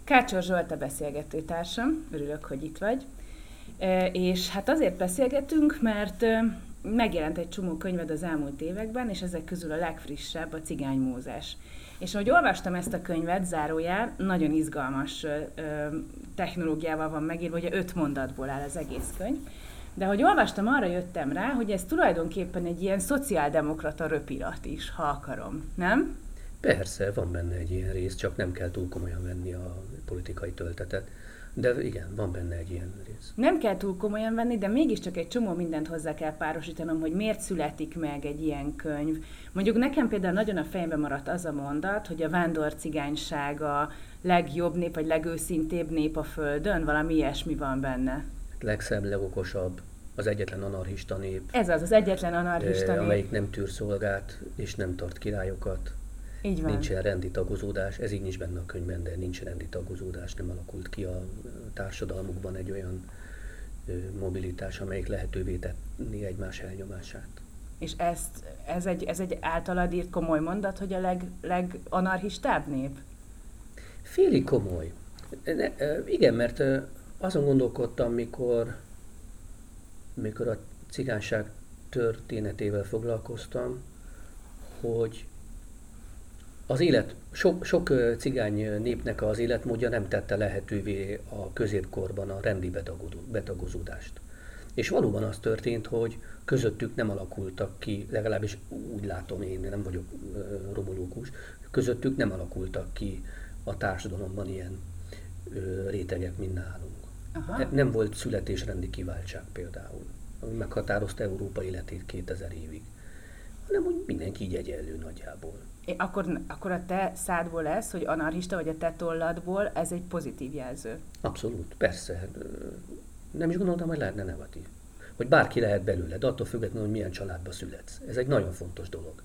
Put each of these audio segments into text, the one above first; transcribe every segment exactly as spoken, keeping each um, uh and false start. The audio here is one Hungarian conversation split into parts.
Kácsor Zsolt a beszélgetőtársam, örülök, hogy itt vagy. És hát azért beszélgetünk, mert megjelent egy csomó könyved az elmúlt években, és ezek közül a legfrissebb a Cigány Mózes. És ahogy olvastam ezt a könyvet, zárójel, nagyon izgalmas technológiával van megírva, ugye öt mondatból áll az egész könyv. De ahogy olvastam, arra jöttem rá, hogy ez tulajdonképpen egy ilyen szociáldemokrata röpirat is, ha akarom, nem? Persze, van benne egy ilyen rész, csak nem kell túl komolyan venni a politikai töltetet. De igen, van benne egy ilyen rész. Nem kell túl komolyan venni, de mégiscsak egy csomó mindent hozzá kell párosítanom, hogy miért születik meg egy ilyen könyv. Mondjuk nekem például nagyon a fejembe maradt az a mondat, hogy a vándor cigányság a legjobb nép, vagy legőszintébb nép a földön, valami ilyesmi van benne. Legszebb, legokosabb, az egyetlen anarchista nép. Ez az, az egyetlen anarchista nép. Amelyik nem tűr szolgát, és nem tart királyokat. Így van. Nincsen rendi tagozódás, ez így nincs benne a könyvben, de nincs rendi tagozódás, nem alakult ki a társadalmukban egy olyan mobilitás, amelyik lehetővé tenni egymás elnyomását. És ezt, ez, egy, ez egy általad írt komoly mondat, hogy a leg, leganarchistább nép? Félig komoly. Ne, igen, mert azon gondolkodtam, mikor, mikor a cigányság történetével foglalkoztam, hogy az élet, sok, sok cigány népnek az életmódja nem tette lehetővé a középkorban a rendi betagozódást. És valóban az történt, hogy közöttük nem alakultak ki, legalábbis úgy látom én, nem vagyok romológus, közöttük nem alakultak ki a társadalomban ilyen rétegek, mint nálunk. Aha. Nem volt születésrendi kiváltság például, ami meghatározta Európa életét kétezer évig, hanem úgy mindenki így egyenlő nagyjából. É, akkor, akkor a te szádból lesz, hogy anarchista, vagy a te tolladból, ez egy pozitív jelző. Abszolút, persze. Nem is gondoltam, hogy lehetne negatív. Hogy bárki lehet belőle, de attól függetlenül, hogy milyen családba születsz. Ez egy nagyon fontos dolog.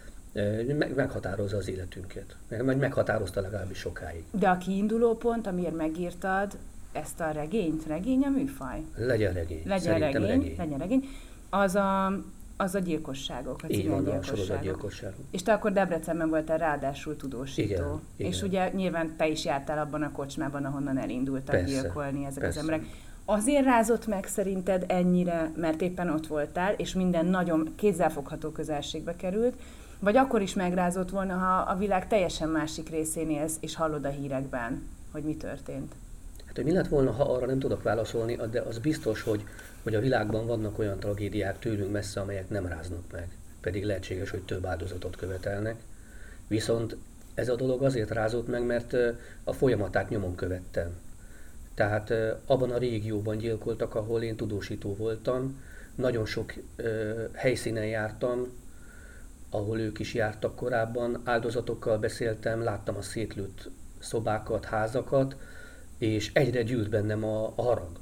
Meg, meghatározza az életünket. Meg, meghatározta legalábbis sokáig. De a kiinduló pont, amiért megírtad ezt a regényt, regény a műfaj? Legyen regény. Legyen regény, regény. Legyen regény. Az a... Az a gyilkosságok, a cigány gyilkosságok. És te akkor Debrecenben voltál ráadásul tudósító. Igen, és igen. ugye nyilván te is jártál abban a kocsmában, ahonnan elindultak persze, gyilkolni ezek persze. az emberek. Azért rázott meg szerinted ennyire, mert éppen ott voltál, és minden nagyon kézzelfogható közelségbe került, vagy akkor is megrázott volna, ha a világ teljesen másik részén élsz, és hallod a hírekben, hogy mi történt? Hát, hogy mi lett volna, ha arra nem tudok válaszolni, de az biztos, hogy hogy a világban vannak olyan tragédiák tőlünk messze, amelyek nem ráznak meg, pedig lehetséges, hogy több áldozatot követelnek. Viszont ez a dolog azért rázott meg, mert a folyamatát nyomon követtem. Tehát abban a régióban gyilkoltak, ahol én tudósító voltam, nagyon sok helyszínen jártam, ahol ők is jártak korábban, áldozatokkal beszéltem, láttam a szétlőtt szobákat, házakat, és egyre gyűlt bennem a, a harag.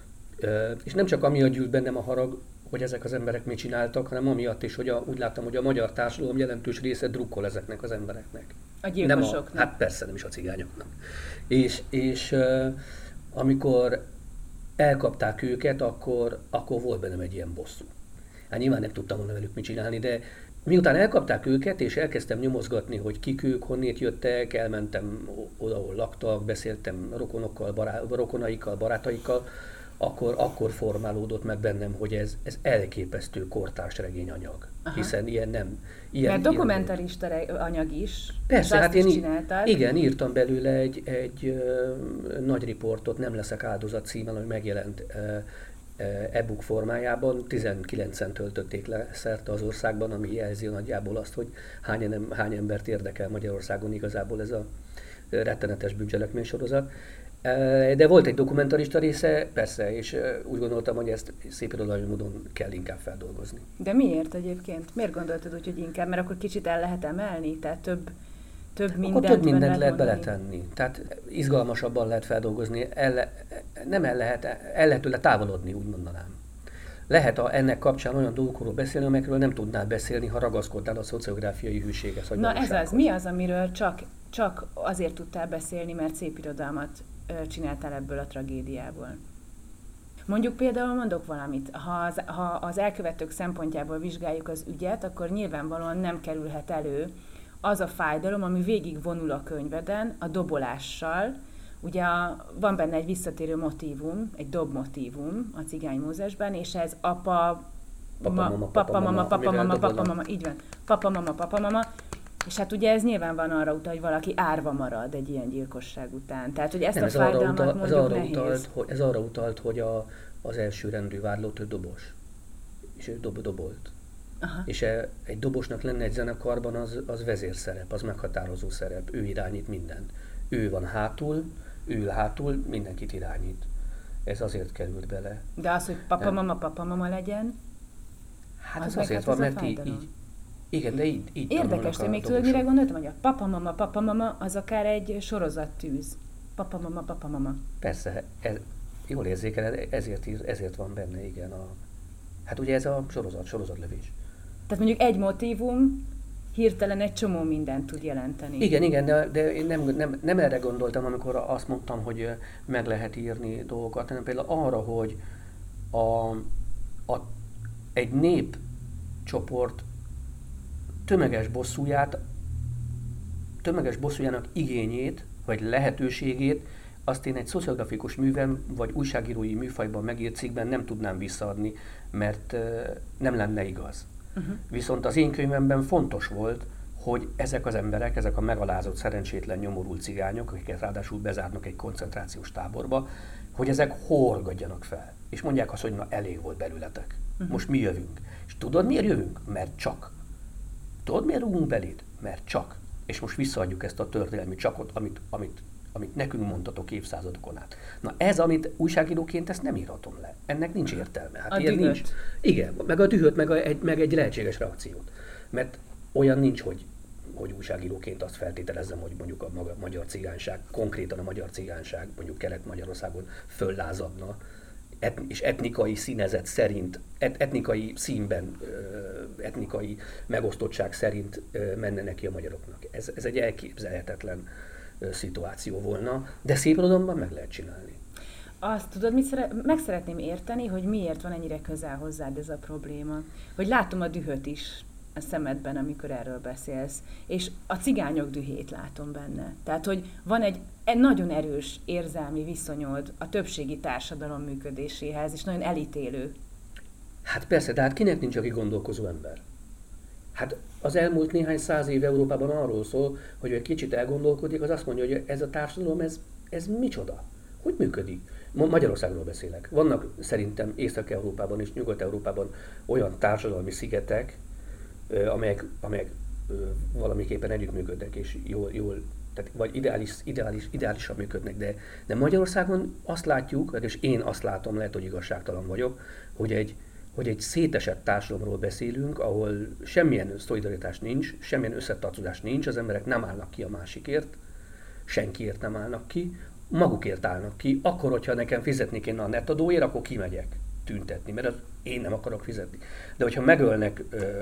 És nem csak amiatt gyűlt bennem a harag, hogy ezek az emberek mit csináltak, hanem amiatt is, hogy a, úgy láttam, hogy a magyar társadalom jelentős része drukkol ezeknek az embereknek. A gyilkosoknak? Nem a, hát persze, nem is a cigányoknak. És, és uh, amikor elkapták őket, akkor, akkor volt bennem egy ilyen bosszú. Hát nyilván nem tudtam volna velük mit csinálni, de miután elkapták őket, és elkezdtem nyomozgatni, hogy kik ők, honnét jöttek, elmentem oda, ahol laktak, beszéltem rokonokkal, bará, rokonaikkal, barátaikkal, Akkor, akkor formálódott meg bennem, hogy ez, ez elképesztő kortárs regényanyag. Aha. Hiszen ilyen nem... Ilyen, Mert dokumentarista ilyen... anyag is. Persze, hát én csináltad. Igen, írtam belőle egy, egy uh, nagy riportot, Nem leszek áldozat címen, ami megjelent uh, uh, e-book formájában. tizenkilencen töltötték le szerte az országban, ami jelzi nagyjából azt, hogy hány, hány embert érdekel Magyarországon igazából ez a rettenetes bűncselekmény sorozat. De volt egy dokumentarista része, persze, és úgy gondoltam, hogy ezt szép irodalmi módon kell inkább feldolgozni. De miért egyébként? Miért gondoltad úgy, hogy inkább? Mert akkor kicsit el lehet emelni? Tehát több, több mindent, akkor több mindent lehet mondani. beletenni. Tehát izgalmasabban lehet feldolgozni, el, nem el lehet, el lehet tőle távolodni, úgy mondanám. Lehet a, ennek kapcsán olyan dolgokról beszélni, amelyekről nem tudnál beszélni, ha ragaszkodnál a szociográfiai hűséghez. Vagy Na ez az, mi az, amiről csak, csak azért tudtál beszélni, mert szép irodalmat csináltál ebből a tragédiából? Mondjuk például mondok valamit, ha az, ha az elkövetők szempontjából vizsgáljuk az ügyet, akkor nyilvánvalóan nem kerülhet elő az a fájdalom, ami végig vonul a könyveden, a dobolással, ugye a, van benne egy visszatérő motívum, egy dob motívum a Cigány Mózesben, és ez apa, Papa, ma, mama, papa, papa, mama, mama, papa, amivel mama, papa, dobodnak. mama, így van, papa, mama, papa, mama, és hát ugye ez nyilván van arra utal, hogy valaki árva marad egy ilyen gyilkosság után. Tehát, hogy ezt Nem, a ez arra, fájdalmat utal, ez, mondjuk arra nehéz. utalt, hogy, ez arra utalt, hogy a, az első rendű vádlott, ő dobos. És ő dob, dobolt. Aha. És e, egy dobosnak lenne egy zenekarban, az, az vezérszerep, az meghatározó szerep. Ő irányít mindent. Ő van hátul, ő ül hátul, mindenkit irányít. Ez azért került bele. De az, hogy papa, Nem. mama, papa, mama legyen, Hát az az meg azért hát van, az a mert így, fájdalom. így. Igen, de így, így Érdekes, tanulnak hogy a még tudod, dobosok. mire gondoltam, hogy a papa, mama, papa, mama, az akár egy sorozattűz. Papa, mama, papa, mama. Persze, ez, jól érzékeled, ezért, ír- ezért van benne, igen. A, hát ugye ez a sorozat, sorozatlövés. Tehát mondjuk egy motívum hirtelen egy csomó mindent tud jelenteni. Igen, igen, de, de én nem, nem, nem erre gondoltam, amikor azt mondtam, hogy ö, meg lehet írni dolgokat, hanem például arra, hogy a, a, egy népcsoport tömeges bosszúját, tömeges bosszújának igényét, vagy lehetőségét, azt én egy szociografikus művem, vagy újságírói műfajban megírt cikkben nem tudnám visszaadni, mert ö, nem lenne igaz. Uh-huh. Viszont az én könyvemben fontos volt, hogy ezek az emberek, ezek a megalázott, szerencsétlen, nyomorult cigányok, akiket ráadásul bezárnak egy koncentrációs táborba, hogy ezek horgadjanak fel. És mondják azt, hogy na elég volt belőletek. Uh-huh. Most mi jövünk. És tudod miért jövünk? Mert csak. Tudod miért rúgunk beléd? Mert csak. És most visszaadjuk ezt a történelmi csakot, amit, amit, amit nekünk mondtatok évszázadokon át. Na ez, amit újságíróként, ezt nem írhatom le. Ennek nincs értelme. Hát A ilyen dühöt. nincs. Igen, meg a dühöt, meg, a, egy, meg egy lehetséges reakciót. Mert olyan nincs, hogy, hogy újságíróként azt feltételezzem, hogy mondjuk a maga, magyar cigányság, konkrétan a magyar cigányság, mondjuk Kelet-Magyarországon föllázadna, et, és etnikai színezet szerint, et, etnikai színben, ö, etnikai megosztottság szerint ö, menne neki a magyaroknak. Ez, ez egy elképzelhetetlen ö, szituáció volna, de szép irodalomban meg lehet csinálni. Azt tudod, mit szere- meg szeretném érteni, hogy miért van ennyire közel hozzád ez a probléma. Hogy látom a dühöt is a szemedben, amikor erről beszélsz, és a cigányok dühét látom benne. Tehát, hogy van egy egy nagyon erős érzelmi viszonyod a többségi társadalom működéséhez, és nagyon elítélő. Hát persze, de hát kinek nincs, aki gondolkozó ember? Hát az elmúlt néhány száz év Európában arról szól, hogy egy kicsit elgondolkodik, az azt mondja, hogy ez a társadalom, ez, ez micsoda? Hogy működik? Ma Magyarországról beszélek. Vannak szerintem Észak-Európában és Nyugat-Európában olyan társadalmi szigetek, amelyek, amelyek valamiképpen együttműködnek, és jól, jól tehát vagy ideális, ideális, ideálisan működnek, de, de Magyarországon azt látjuk, és én azt látom, lehet, hogy igazságtalan vagyok, hogy egy, hogy egy szétesett társadalomról beszélünk, ahol semmilyen szolidaritás nincs, semmilyen összetartozás nincs, az emberek nem állnak ki a másikért, senkiért nem állnak ki, magukért állnak ki, akkor, hogyha nekem fizetni kéne a netadóért, akkor kimegyek tüntetni, mert az én nem akarok fizetni. De hogyha megölnek ö, ö,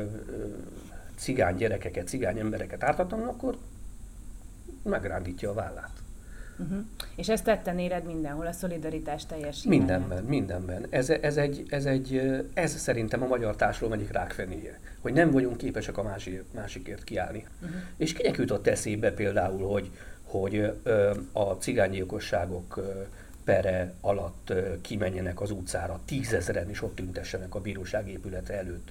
cigány gyerekeket, cigány embereket ártatlanul, akkor megrándítja a vállát. Uh-huh. És ezt tetten éred mindenhol, a szolidaritás teljes hiányát. Mindenben, mindenben. Ez, ez, egy, ez, egy, ez szerintem a magyar társadalom egyik rákfenéje, hogy nem vagyunk képesek a másik, másikért kiállni. Uh-huh. És kinek jutott eszébe például, hogy, hogy ö, a cigánygyilkosságok ö, pere alatt ö, kimenjenek az utcára, tízezeren és ott tüntessenek a bíróság épülete előtt,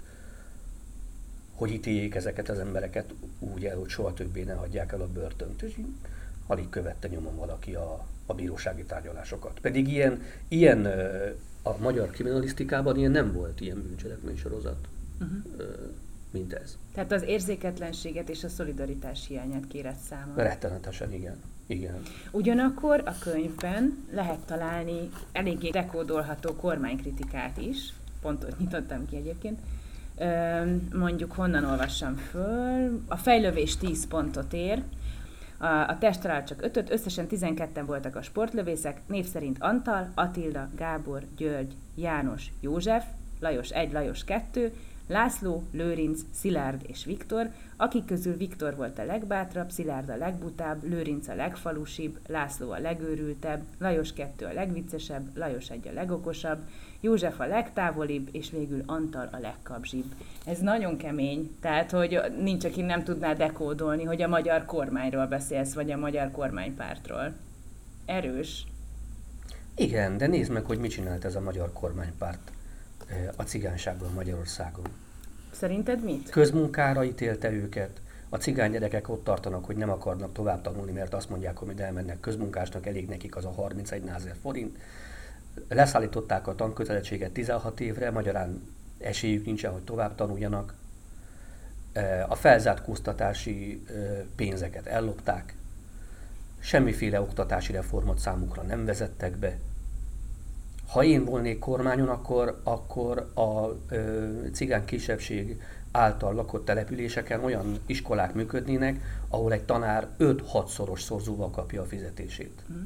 hogy ítéljék ezeket az embereket úgy el, hogy soha többé ne hagyják el a börtönt. És alig követte nyomon valaki a, a bírósági tárgyalásokat. Pedig ilyen, ilyen a magyar kriminalisztikában ilyen nem volt, ilyen bűncselekmény sorozat, uh-huh. mint ez. Tehát az érzéketlenséget és a szolidaritás hiányát kéred számon. Rettenetesen, igen. igen. Ugyanakkor a könyvben lehet találni eléggé dekódolható kormánykritikát is, pontot nyitottam ki egyébként. Mondjuk honnan olvassam föl. A fejlövés tíz pontot ér, a, a testtalál csak ötöt, összesen tizenketten voltak a sportlövészek, név szerint Antal, Attila, Gábor, György, János, József, Lajos egy, Lajos kettő, László, Lőrinc, Szilárd és Viktor, akik közül Viktor volt a legbátrabb, Szilárd a legbutább, Lőrinc a legfalusibb, László a legőrültebb, Lajos kettő a legviccesebb, Lajos egy a legokosabb, József a legtávolibb, és végül Antal a legkapzsibb. Ez nagyon kemény, tehát hogy nincs, aki nem tudná dekódolni, hogy a magyar kormányról beszélsz, vagy a magyar kormánypártról. erős. Igen, de nézd meg, hogy mit csinált ez a magyar kormánypárt a cigányságban Magyarországon. Szerinted mit? Közmunkára ítélte őket. A cigány gyerekek ott tartanak, hogy nem akarnak tovább tanulni, mert azt mondják, hogy elmennek közmunkásnak, elég nekik az a harmincegy forint. Leszállították a tankötelezettséget tizenhat évre, magyarán esélyük nincsen, hogy tovább tanuljanak. A felzárkóztatási pénzeket ellopták. Semmiféle oktatási reformot számukra nem vezettek be. Ha én volnék kormányon, akkor, akkor a ö, cigány kisebbség által lakott településeken olyan iskolák működnének, ahol egy tanár öt-hatszoros szorzóval kapja a fizetését. Mm.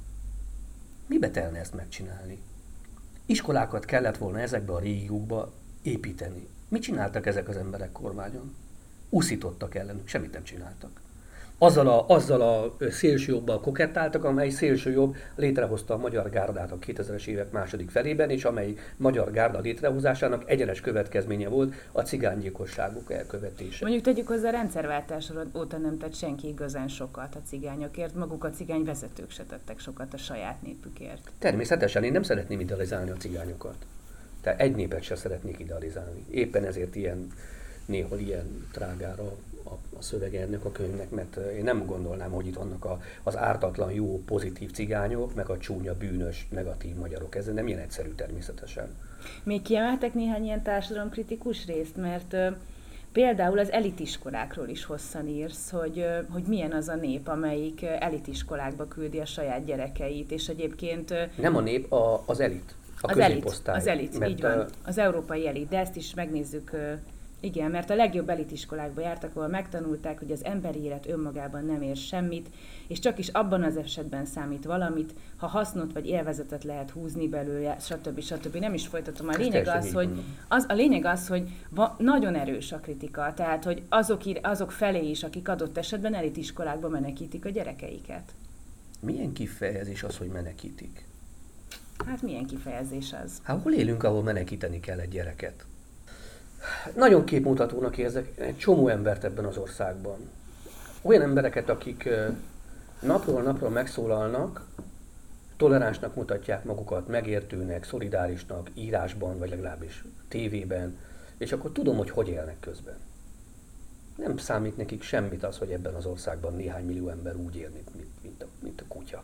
Mibe telne ezt megcsinálni? Iskolákat kellett volna ezekbe a régiókba építeni. Mit csináltak ezek az emberek kormányon? Úszítottak ellenük, semmit nem csináltak. Azzal a, azzal a szélsőjobbal kokettáltak, amely szélsőjobb létrehozta a Magyar Gárdát a kétezres évek második felében, és amely Magyar Gárda létrehozásának egyenes következménye volt a cigánygyilkosságok elkövetése. Mondjuk tegyük hozzá, a rendszerváltás óta nem tett senki igazán sokat a cigányokért, maguk a cigány vezetők se tettek sokat a saját népükért. Természetesen én nem szeretném idealizálni a cigányokat. Tehát egy népet se szeretnék idealizálni. Éppen ezért ilyen, néhol ilyen trágára a, a szövege ennek a könyvnek, mert én nem gondolnám, hogy itt vannak a, az ártatlan, jó, pozitív cigányok, meg a csúnya, bűnös, negatív magyarok. Ez nem ilyen egyszerű természetesen. Még kiemeltek néhány ilyen társadalomkritikus részt, mert ö, például az elitiskolákról is hosszan írsz, hogy, ö, hogy milyen az a nép, amelyik elitiskolákba küldi a saját gyerekeit, és egyébként... Ö, nem a nép, a, az elit. A az elit, az elit, így van. Az európai elit, de ezt is megnézzük... Ö, Igen, mert a legjobb elitiskolákba jártak, ahol megtanulták, hogy az emberi élet önmagában nem ér semmit, és csak is abban az esetben számít valamit, ha hasznot vagy élvezetet lehet húzni belőle, stb. stb. Nem is folytatom. A lényeg az, hogy, az, a lényeg az, hogy va, nagyon erős a kritika, tehát hogy azok, azok felé is, akik adott esetben elitiskolákba menekítik a gyerekeiket. Milyen kifejezés az, hogy menekítik? Hát milyen kifejezés az? Hát hol élünk, ahol menekíteni kell egy gyereket? Nagyon képmutatónak érzek egy csomó embert ebben az országban. Olyan embereket, akik napról napról megszólalnak, toleránsnak mutatják magukat, megértőnek, szolidárisnak, írásban, vagy legalábbis tévében, és akkor tudom, hogy hogy élnek közben. Nem számít nekik semmit az, hogy ebben az országban néhány millió ember úgy él, mint, mint, a, mint a kutya.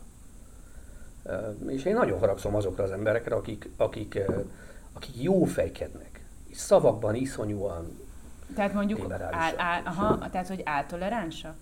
És én nagyon haragszom azokra az emberekre, akik, akik, akik jó fejkednek. Szavakban iszonyúan tehát mondjuk, áll, áll, aha, tehát hogy áltoleránsak?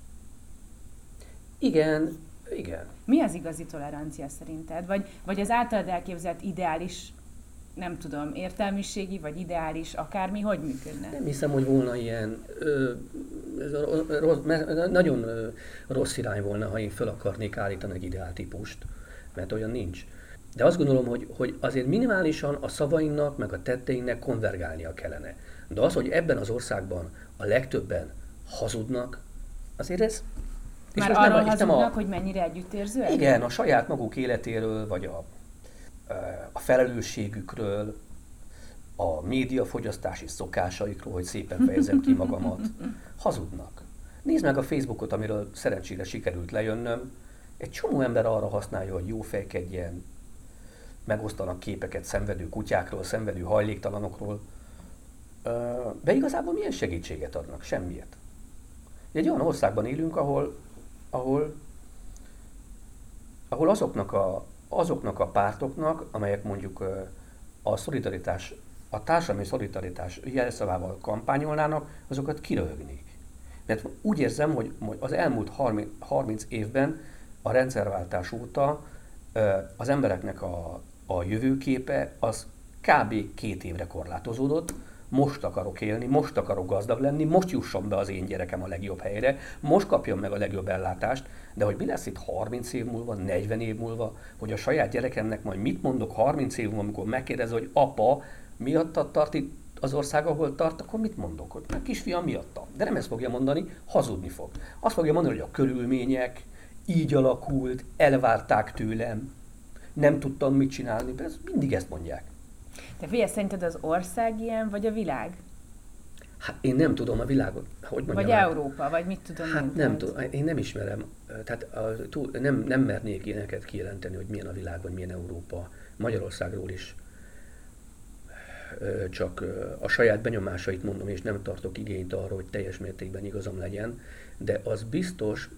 Igen, igen. Mi az igazi tolerancia szerinted? Vagy, vagy az általad elképzelt ideális, nem tudom, értelmiségi, vagy ideális akármi, hogy működne? Nem hiszem, hogy volna ilyen, ö, ez a, rossz, nagyon ö, rossz irány volna, ha én fel akarnék állítani egy ideáltípust, mert olyan nincs. De azt gondolom, hogy, hogy azért minimálisan a szavainknak, meg a tetteinknek konvergálnia kellene. De az, hogy ebben az országban a legtöbben hazudnak, azért ez... Már arról nem, hazudnak, a, hogy mennyire együttérzőek? Igen, a saját maguk életéről, vagy a, a felelősségükről, a médiafogyasztási szokásaikról, hogy szépen fejezem ki magamat, hazudnak. Nézd meg a Facebookot, amiről szerencsére sikerült lejönnöm. Egy csomó ember arra használja, hogy jó fejkedjen, megosztanak képeket szenvedő kutyákról, szenvedő hajléktalanokról. De igazából milyen segítséget adnak? Semmiet. Egy olyan országban élünk, ahol, ahol, ahol azoknak, a, azoknak a pártoknak, amelyek mondjuk a szolidaritás, a társadalmi szolidaritás jelszavával kampányolnának, azokat kiröhögnék. Mert úgy érzem, hogy az elmúlt harminc évben a rendszerváltás óta az embereknek a, a jövőképe az kb. Két évre korlátozódott. Most akarok élni, most akarok gazdag lenni, most jusson be az én gyerekem a legjobb helyre, most kapjon meg a legjobb ellátást, de hogy mi lesz itt harminc év múlva, negyven év múlva, hogy a saját gyerekemnek majd mit mondok harminc év múlva, amikor megkérdez, hogy apa, miattad tart itt az ország, ahol tart, akkor mit mondok? Hogy a kisfiam miattam. De nem ezt fogja mondani, hazudni fog. Azt fogja mondani, hogy a körülmények, így alakult, elvárták tőlem, nem tudtam mit csinálni, de mindig ezt mondják. Te figyelj, szerinted az ország ilyen, vagy a világ? Hát én nem tudom a világot, hogy mondjam. Vagy Európa, vagy mit tudom hát én. Nem tudom, én nem ismerem, tehát a, túl, nem, nem mernék én neked kijelenteni, hogy milyen a világ, vagy milyen Európa. Magyarországról is csak a saját benyomásait mondom, és nem tartok igényt arra, hogy teljes mértékben igazam legyen, de az biztos,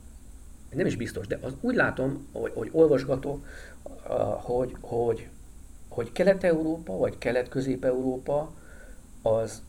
nem is biztos, de az úgy látom, hogy, hogy olvasgatok, hogy, hogy, hogy Kelet-Európa, vagy Kelet-Közép-Európa az,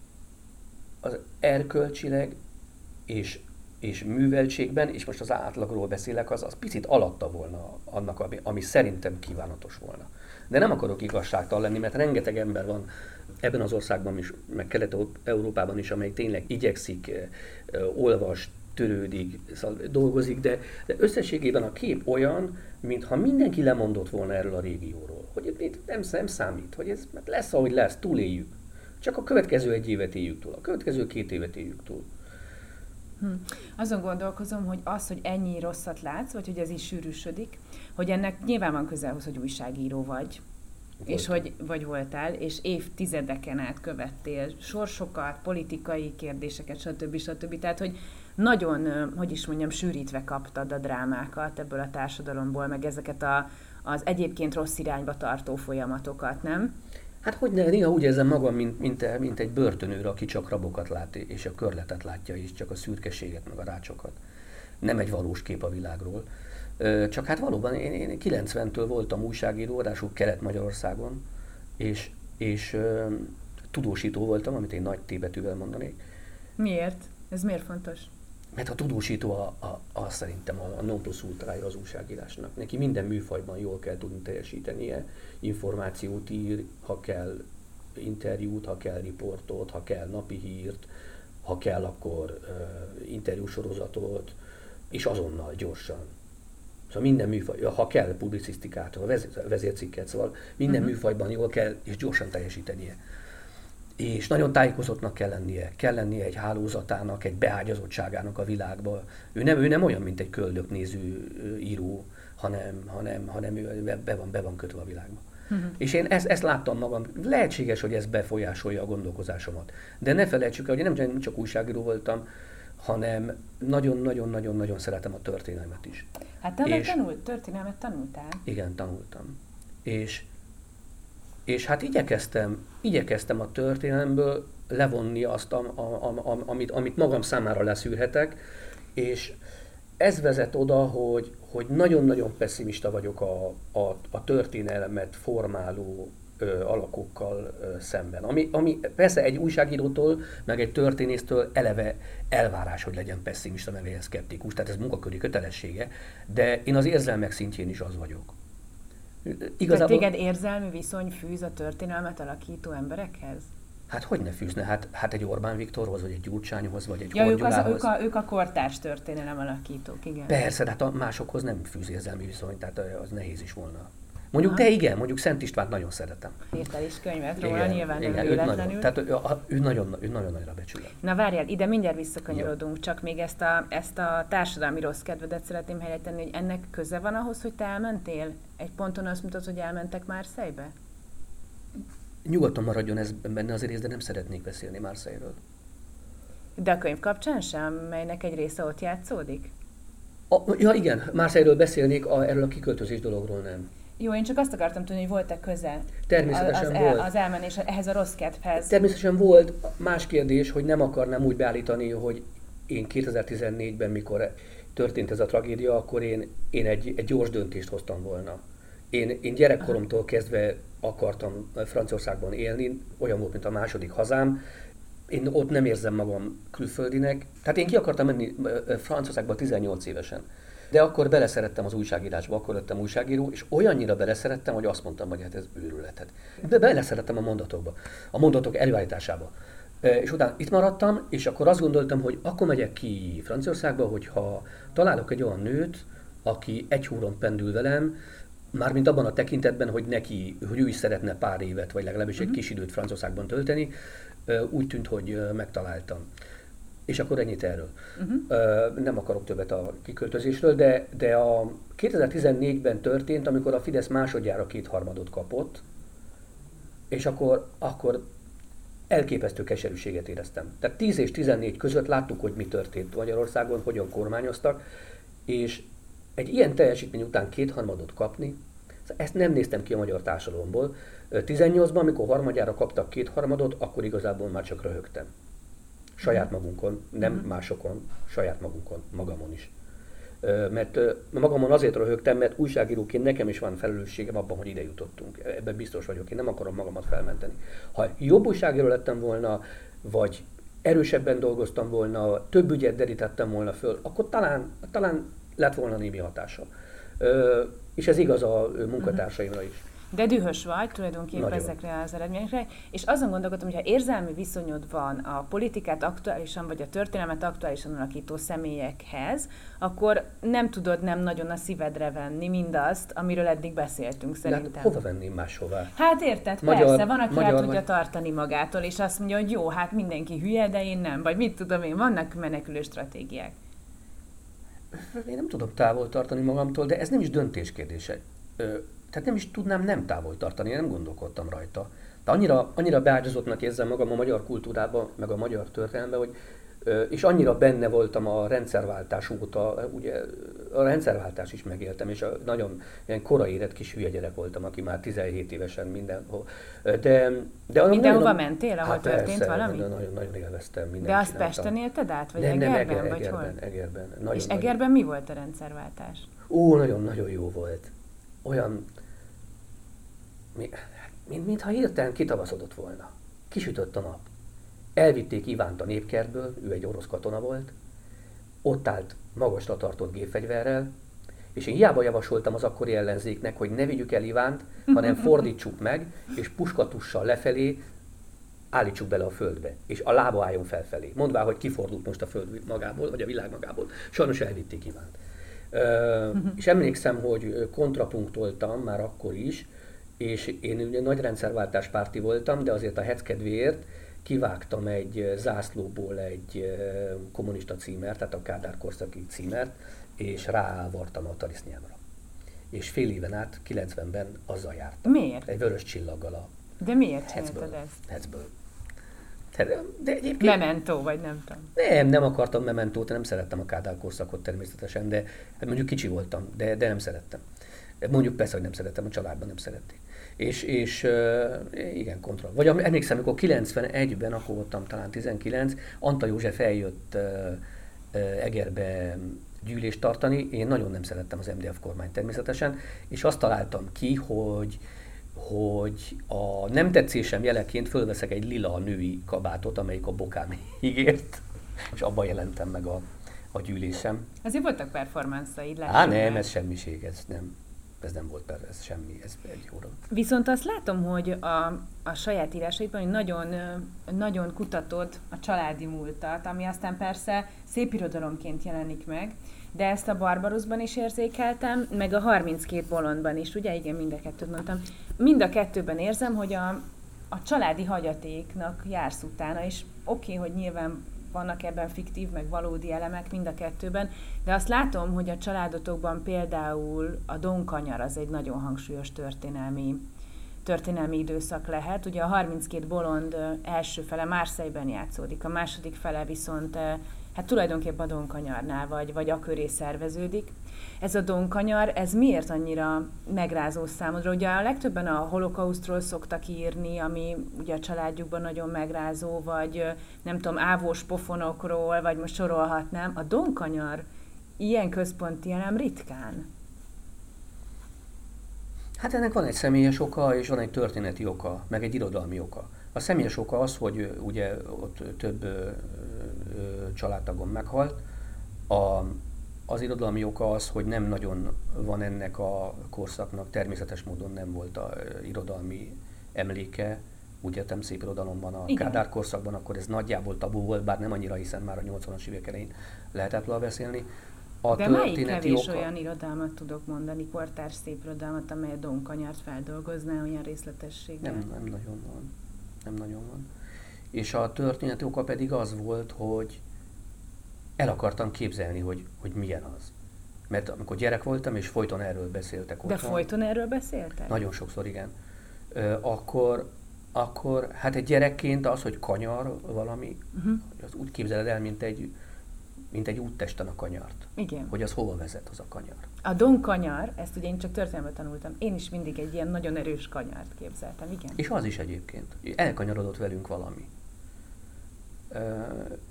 az erkölcsileg és, és műveltségben, és most az átlagról beszélek, az, az picit alatta volna annak, ami, ami szerintem kívánatos volna. De nem akarok igazságtalan lenni, mert rengeteg ember van ebben az országban is, meg Kelet-Európában is, amelyik tényleg igyekszik, olvas, törődik, szóval dolgozik, de, de összességében a kép olyan, mintha mindenki lemondott volna erről a régióról. Hogy itt nem, nem számít, hogy ez lesz, ahogy lesz, túléljük. Csak a következő egy évet éljük túl, a következő két évet éljük túl. Hm. Azon gondolkozom, hogy az, hogy ennyi rosszat látsz, vagy hogy ez is sűrűsödik, hogy ennek nyilván van közelhoz, hogy újságíró vagy, voltam. és hogy vagy voltál, és évtizedeken át követtél sorsokat, politikai kérdéseket, stb. stb. Tehát, hogy nagyon, hogy is mondjam, sűrítve kaptad a drámákat ebből a társadalomból, meg ezeket a, az egyébként rossz irányba tartó folyamatokat, nem? Hát hogy ne, néha úgy érzem magam, mint, mint, mint egy börtönőr, aki csak rabokat lát, és a körletet látja, és csak a szürkeséget, meg a rácsokat. Nem egy valós kép a világról. Csak hát valóban én, én kilencventől voltam újságíró, ráadásul Kelet-Magyarországon, és, és ö, tudósító voltam, amit én nagy T-betűvel mondanék. Miért? Ez miért fontos? Mert a tudósító a, a, a szerintem a, a non plus ultrája az újságírásnak. Neki minden műfajban jól kell tudni teljesítenie, információt ír, ha kell interjút, ha kell riportot, ha kell napi hírt, ha kell akkor uh, interjúsorozatot, és azonnal, gyorsan. Szóval minden műfaj, ha kell publicisztikát, ha vezér, vezércikket, szóval minden uh-huh. műfajban jól kell és gyorsan teljesítenie. És nagyon tájékozottnak kell lennie, kell lennie egy hálózatának, egy beágyazottságának a világba. Ő nem, ő nem olyan, mint egy köldöknéző író, hanem, hanem, hanem ő be van, be van kötve a világba. Uh-huh. És én ezt, ezt láttam magam, lehetséges, hogy ez befolyásolja a gondolkozásomat. De ne felejtsük el, hogy nem csak újságíró voltam, hanem nagyon-nagyon-nagyon-nagyon szeretem a történelmet is. Hát te és, tanult, történelmet tanultál? Igen, tanultam. És, és hát igyekeztem, igyekeztem a történelemből levonni azt, a, a, a, amit, amit magam számára leszűrhetek, és ez vezet oda, hogy, hogy nagyon-nagyon pessimista vagyok a, a, a történelmet formáló ö, alakokkal ö, szemben. Ami, ami persze egy újságírótól, meg egy történésztől eleve elvárás, hogy legyen pessimista, meg legyen szkeptikus, tehát ez munkaköri kötelessége, de én az érzelmek szintjén is az vagyok. Igazából... Tehát téged érzelmi viszony fűz a történelmet alakító emberekhez? Hát hogy ne fűzne? Hát, hát egy Orbán Viktorhoz, vagy egy Gyurcsányhoz, vagy egy ja, Horn Gyulához. Ők, a, ők a kortárs történelem alakítók, igen. Persze, de hát a másokhoz nem fűz érzelmi viszony, tehát az nehéz is volna. Mondjuk Aha. te igen, mondjuk Szent Istvánt nagyon szeretem. Írtál is könyvet róla, igen, nyilván igen, nem véletlenül. Tehát ő, ő, nagyon, ő nagyon nagyra becsülem. Na várjál, ide mindjárt visszakanyarodunk, csak még ezt a, ezt a társadalmi rossz kedvedet szeretném helyre tenni, hogy ennek köze van ahhoz, hogy te elmentél? Egy ponton azt mutat, hogy elmentek Marseille-be? Nyugodtan maradjon ez benne az rész, de nem szeretnék beszélni Marseille-ről. De a könyv kapcsán sem, melynek egy része ott játszódik? A, ja igen, Marseille-ről beszélnék, a, erről a kiköltözés dologról nem. Jó, én csak azt akartam tudni, hogy volt-e köze Természetesen az, volt. El, az elmenés ehhez a rossz kedvhez. Természetesen volt. Más kérdés, hogy nem akarnám úgy beállítani, hogy én kétezer-tizennégyben, mikor történt ez a tragédia, akkor én, én egy, egy gyors döntést hoztam volna. Én, én gyerekkoromtól kezdve akartam Franciaországban élni, olyan volt, mint a második hazám. Én ott nem érzem magam külföldinek. Tehát én ki akartam menni Franciaországba tizennyolc évesen. De akkor beleszerettem az újságírásba, akkor lettem újságíró, és olyannyira beleszerettem, hogy azt mondtam, hogy hát ez őrületet. De beleszerettem a mondatokba, a mondatok előállításába. És utána itt maradtam, és akkor azt gondoltam, hogy akkor megyek ki Franciaországba, hogyha találok egy olyan nőt, aki egy húron pendül velem, mármint abban a tekintetben, hogy neki, hogy ő is szeretne pár évet, vagy legalábbis egy kis időt Franciaországban tölteni, úgy tűnt, hogy megtaláltam. És akkor ennyit erről. Uh-huh. Nem akarok többet a kiköltözésről, de, de a kétezer-tizennégyben történt, amikor a Fidesz másodjára kétharmadot kapott, és akkor, akkor elképesztő keserűséget éreztem. Tehát tíz és tizennégy között láttuk, hogy mi történt Magyarországon, hogyan kormányoztak, és egy ilyen teljesítmény után kétharmadot kapni, ezt nem néztem ki a magyar társadalomból. tizennyolcban, amikor harmadjára kaptak kétharmadot, akkor igazából már csak röhögtem. Saját magunkon, nem uh-huh. másokon, saját magunkon, magamon is. Mert magamon azért röhögtem, mert újságíróként nekem is van felelősségem abban, hogy ide jutottunk. Ebben biztos vagyok, én nem akarom magamat felmenteni. Ha jobb újságíró lettem volna, vagy erősebben dolgoztam volna, több ügyet derítettem volna föl, akkor talán, talán lett volna némi hatása. És ez igaz a munkatársaimra is. De dühös vagy tulajdonképpen nagyon ezekre az eredményekre, és azon gondolkodtam, hogy ha érzelmi viszonyod van a politikát aktuálisan, vagy a történelmet aktuálisan alakító személyekhez, akkor nem tudod nem nagyon a szívedre venni mindazt, amiről eddig beszéltünk szerintem. Hát hova venném máshová? Hát érted, magyar, persze, van, aki el tudja tartani magától, és azt mondja, hogy jó, hát mindenki hülye, de én nem, vagy mit tudom én, vannak menekülő stratégiák. Én nem tudom távol tartani magamtól, de ez nem is döntés kérdése. Tehát nem is tudnám nem távol tartani, én nem gondolkodtam rajta. De annyira, annyira beágyazottnak érzem magam a magyar kultúrában, meg a magyar történelemben, hogy, és annyira benne voltam a rendszerváltás óta, ugye a rendszerváltás is megéltem, és a nagyon ilyen korai érett kis hülye gyerek voltam, aki már tizenhét évesen mindenhol. De, de mindenhova nagyon, mentél, ahol hát történt persze, valami? Nagyon, nagyon élveztem mindent. De azt csináltam. Pesten élted át? Vagy nem, Egerben? Nem, Eger, vagy Egerben, hol? Egerben. Nagyon, és nagyon. Egerben mi volt a rendszerváltás? Ó, nagyon-nagyon jó volt. Olyan, mint, mintha hirtelen kitavaszodott volna. Kisütött a nap. Elvitték Ivánt a népkertből, ő egy orosz katona volt, ott állt magasra tartott gépfegyverrel, és én hiába javasoltam az akkori ellenzéknek, hogy ne vigyük el Ivánt, hanem fordítsuk meg, és puskatussal lefelé állítsuk bele a földbe, és a lába álljon felfelé. Mondvá, hogy kifordult most a föld magából, vagy a világ magából. Sajnos elvitték Ivánt. Uh, és emlékszem, hogy kontrapunktoltam már akkor is, és én ugye nagy rendszerváltás párti voltam, de azért a hecc kedvéért kivágtam egy zászlóból egy kommunista címert, tehát a Kádár korszaki címert, és rávartam a tarisznyámra. És fél éven át, kilencvenben azzal jártam. Miért? Egy vörös csillaggal a De miért csináltad ezt? Hetzből. De egyébként... Memento, vagy nem tudom. Nem, nem akartam mementót, nem szerettem a Kádár korszakot természetesen, de hát mondjuk kicsi voltam, de, de nem szerettem. Mondjuk persze, hogy nem szerettem, a családban nem szerették. És, és igen, kontra. Vagy emlékszem, amikor kilencvenegyben, akkor voltam talán tizenkilenc, Antal József eljött Egerbe gyűlést tartani, én nagyon nem szerettem az em dé ef kormányt természetesen, és azt találtam ki, hogy hogy a nem tetszésem jeleként fölveszek egy lila női kabátot, amelyik a bokám ígért, és abban jelentem meg a, a gyűlésem. Azért voltak performanceid, lássuk. Á, nem, ez semmiség, ez nem. Ez nem volt persze, ez semmi, ez egy óra. Viszont azt látom, hogy a, a saját írásaidban, hogy nagyon, nagyon kutatod a családi múltat, ami aztán persze szép irodalomként jelenik meg, de ezt a Barbaroszban is érzékeltem, meg a harminckét bolondban is, ugye? Igen, mind a kettőt mondtam. Mind a kettőben érzem, hogy a, a családi hagyatéknak jársz utána, és oké, okay, hogy nyilván vannak ebben fiktív, meg valódi elemek mind a kettőben, de azt látom, hogy a családotokban például a Donkanyar az egy nagyon hangsúlyos történelmi, történelmi időszak lehet. Ugye a harminckét bolond első fele Marseille-ben játszódik, a második fele viszont hát tulajdonképpen a Donkanyarnál vagy, vagy a köré szerveződik. Ez a Donkanyar, ez miért annyira megrázó számodra? Ugye a legtöbben a holokausztról szoktak írni, ami ugye a családjukban nagyon megrázó, vagy nem tudom, ávós pofonokról, vagy most sorolhatnám. A Donkanyar ilyen központi elem ritkán. Hát ennek van egy személyes oka, és van egy történeti oka, meg egy irodalmi oka. A személyes oka az, hogy ugye ott több családtagom meghalt. A, az irodalmi oka az, hogy nem nagyon van ennek a korszaknak, természetes módon nem volt a irodalmi emléke, úgy értem szép irodalomban a Igen. Kádár korszakban, akkor ez nagyjából tabu volt, bár nem annyira, hiszen már a nyolcvanas évek elején lehetett róla beszélni. A De melyik kevés oka... olyan irodalmat tudok mondani, kortárs szép irodalmat, amely a Donkanyart feldolgozná olyan részletességgel? Nem, nem nagyon van. Nem nagyon van. És a történeti oka pedig az volt, hogy el akartam képzelni, hogy, hogy milyen az. Mert amikor gyerek voltam, és folyton erről beszéltek otthon. De folyton erről beszéltek? Nagyon sokszor, igen. Akkor akkor hát egy gyerekként az, hogy kanyar valami, uh-huh. az úgy képzeled el, mint egy, mint egy úttesten a kanyart. Igen. Hogy az hova vezet az a kanyar. A donkanyar, ezt ugye én csak történelmet tanultam, én is mindig egy ilyen nagyon erős kanyart képzeltem, igen. És az is egyébként. Elkanyarodott velünk valami. Uh,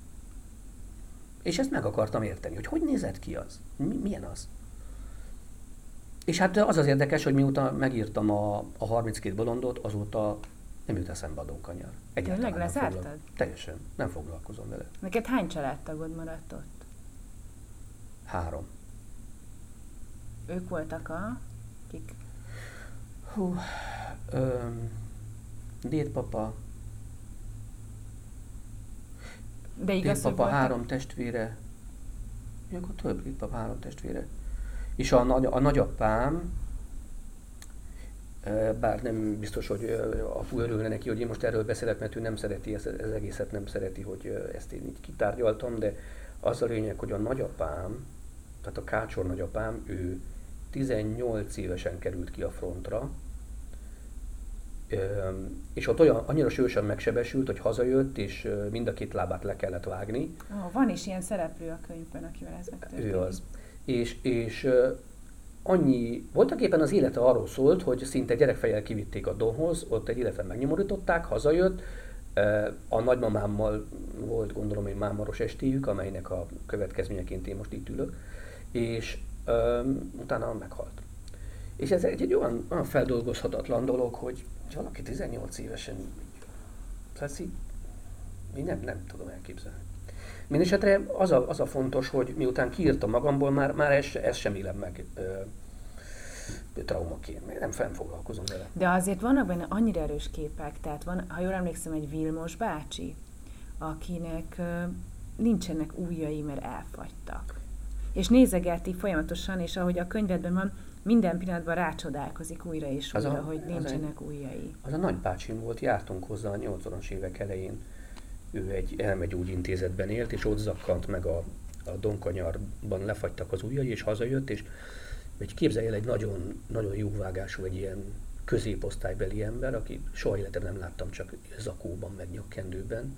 és ezt meg akartam érteni, hogy hogy nézett ki az? Mi, milyen az? És hát az az érdekes, hogy mióta megírtam a, a harminckét bolondot, azóta nem jut eszembe a donkanyar. Tényleg lezártad? Foglal... Teljesen. Nem foglalkozom vele. Neked hány családtagod maradt ott? Három. Ők voltak a... kik? Hú... Öm, dédpapa... De igaz, dédpapa három testvére... Ja, akkor több dédpapa három testvére. És a, nagy, a nagyapám, bár nem biztos, hogy apu örülne neki, hogy én most erről beszélek, mert ő nem szereti, ezt, ez egészet nem szereti, hogy ezt én így kitárgyaltam, de az a lényeg, hogy a nagyapám, tehát a Kácsor nagyapám, ő tizennyolc évesen került ki a frontra, és ott olyan, annyira sősen megsebesült, hogy hazajött, és mind a két lábát le kellett vágni. Oh, van is ilyen szereplő a könyvben, akivel ez megtörténik. Ő az. És, és annyi, voltak éppen az élete arról szólt, hogy szinte gyerekfejjel kivitték a Donhoz, ott egy életen megnyomorították, hazajött, a nagymamámmal volt gondolom egy mámoros estéjük, amelynek a következményeként én most itt ülök, és um, utána meghalt. És ez egy, egy olyan, olyan feldolgozhatatlan dolog, hogy valaki tizennyolc évesen, tehát így nem, nem tudom elképzelni. Mindenesetre az a, az a fontos, hogy miután kiírtam magamból, már, már ezt, ezt sem élem meg ö, traumaként, mert nem fennfoglalkozom vele. De azért vannak benne annyira erős képek, tehát van, ha jól emlékszem, egy Vilmos bácsi, akinek ö, nincsenek ujjai, mert elfagytak. És nézegeti folyamatosan, és ahogy a könyvedben van, minden pillanatban rácsodálkozik újra és újra, a, hogy nincsenek az ujjai. Az a nagybácsim volt, jártunk hozzá a nyolcvanas évek elején. Ő egy elmegyógyintézetben élt, és ott zakkant meg a, a donkanyarban, lefagytak az ujjai, és hazajött, és hogy képzelj el egy nagyon, nagyon jóvágású, egy ilyen középosztálybeli ember, aki soha életemben nem láttam, csak zakóban, meg nyakkendőben.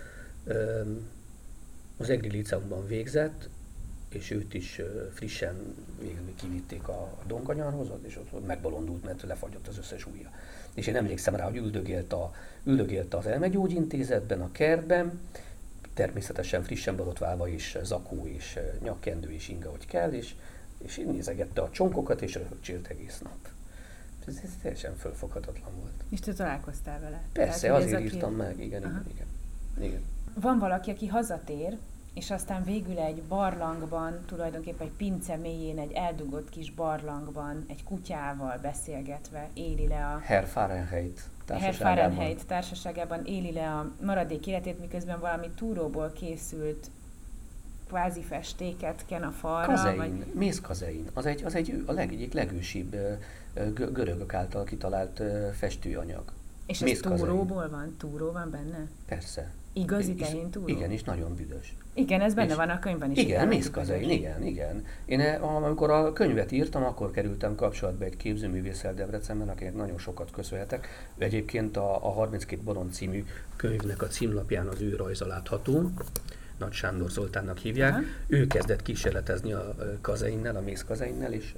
Az Egri Liceumban végzett, és őt is frissen végül kivitték a donkanyarhoz, és ott megbolondult, mert lefagyott az összes ujja. És én emlékszem rá, hogy üldögélt, a, üldögélt az elmegyógyintézetben, a kertben, természetesen frissen borotválva is, zakó és nyakkendő és inga, hogy kell, és, és én nézegette a csonkokat, és röhögcsélt egész nap. Ez, ez teljesen fölfoghatatlan volt. És te találkoztál vele? Persze, Tehát, azért írtam aki... meg, igen, igen, igen, igen. Van valaki, aki hazatér, és aztán végül egy barlangban, tulajdonképpen egy pince mélyén, egy eldugott kis barlangban, egy kutyával beszélgetve éli le a... Herr Fahrenheit társaságában. Herr Fahrenheit társaságában éli le a maradék életét, miközben valami túróból készült kvázi festéket ken a falra. Kazein, vagy... mézkazein. Az egy, az egy a leg, egyik legősibb görögök által kitalált festőanyag. És ez túróból van? Túró van benne? Persze. Igazi tehén túró? Igen, és nagyon büdös. Igen, ez benne és van a könyvben is. Igen, mézkazein, igen, igen. Én amikor a könyvet írtam, akkor kerültem kapcsolatba egy képzőművésszel Debrecenben, akinek nagyon sokat köszönhetek. Ő egyébként a, a harminckét bolond című könyvnek a címlapján az ő rajza látható. Nagy Sándor Zoltánnak hívják. Aha. Ő kezdett kísérletezni a kazeinnel, a mézkazeinnel, és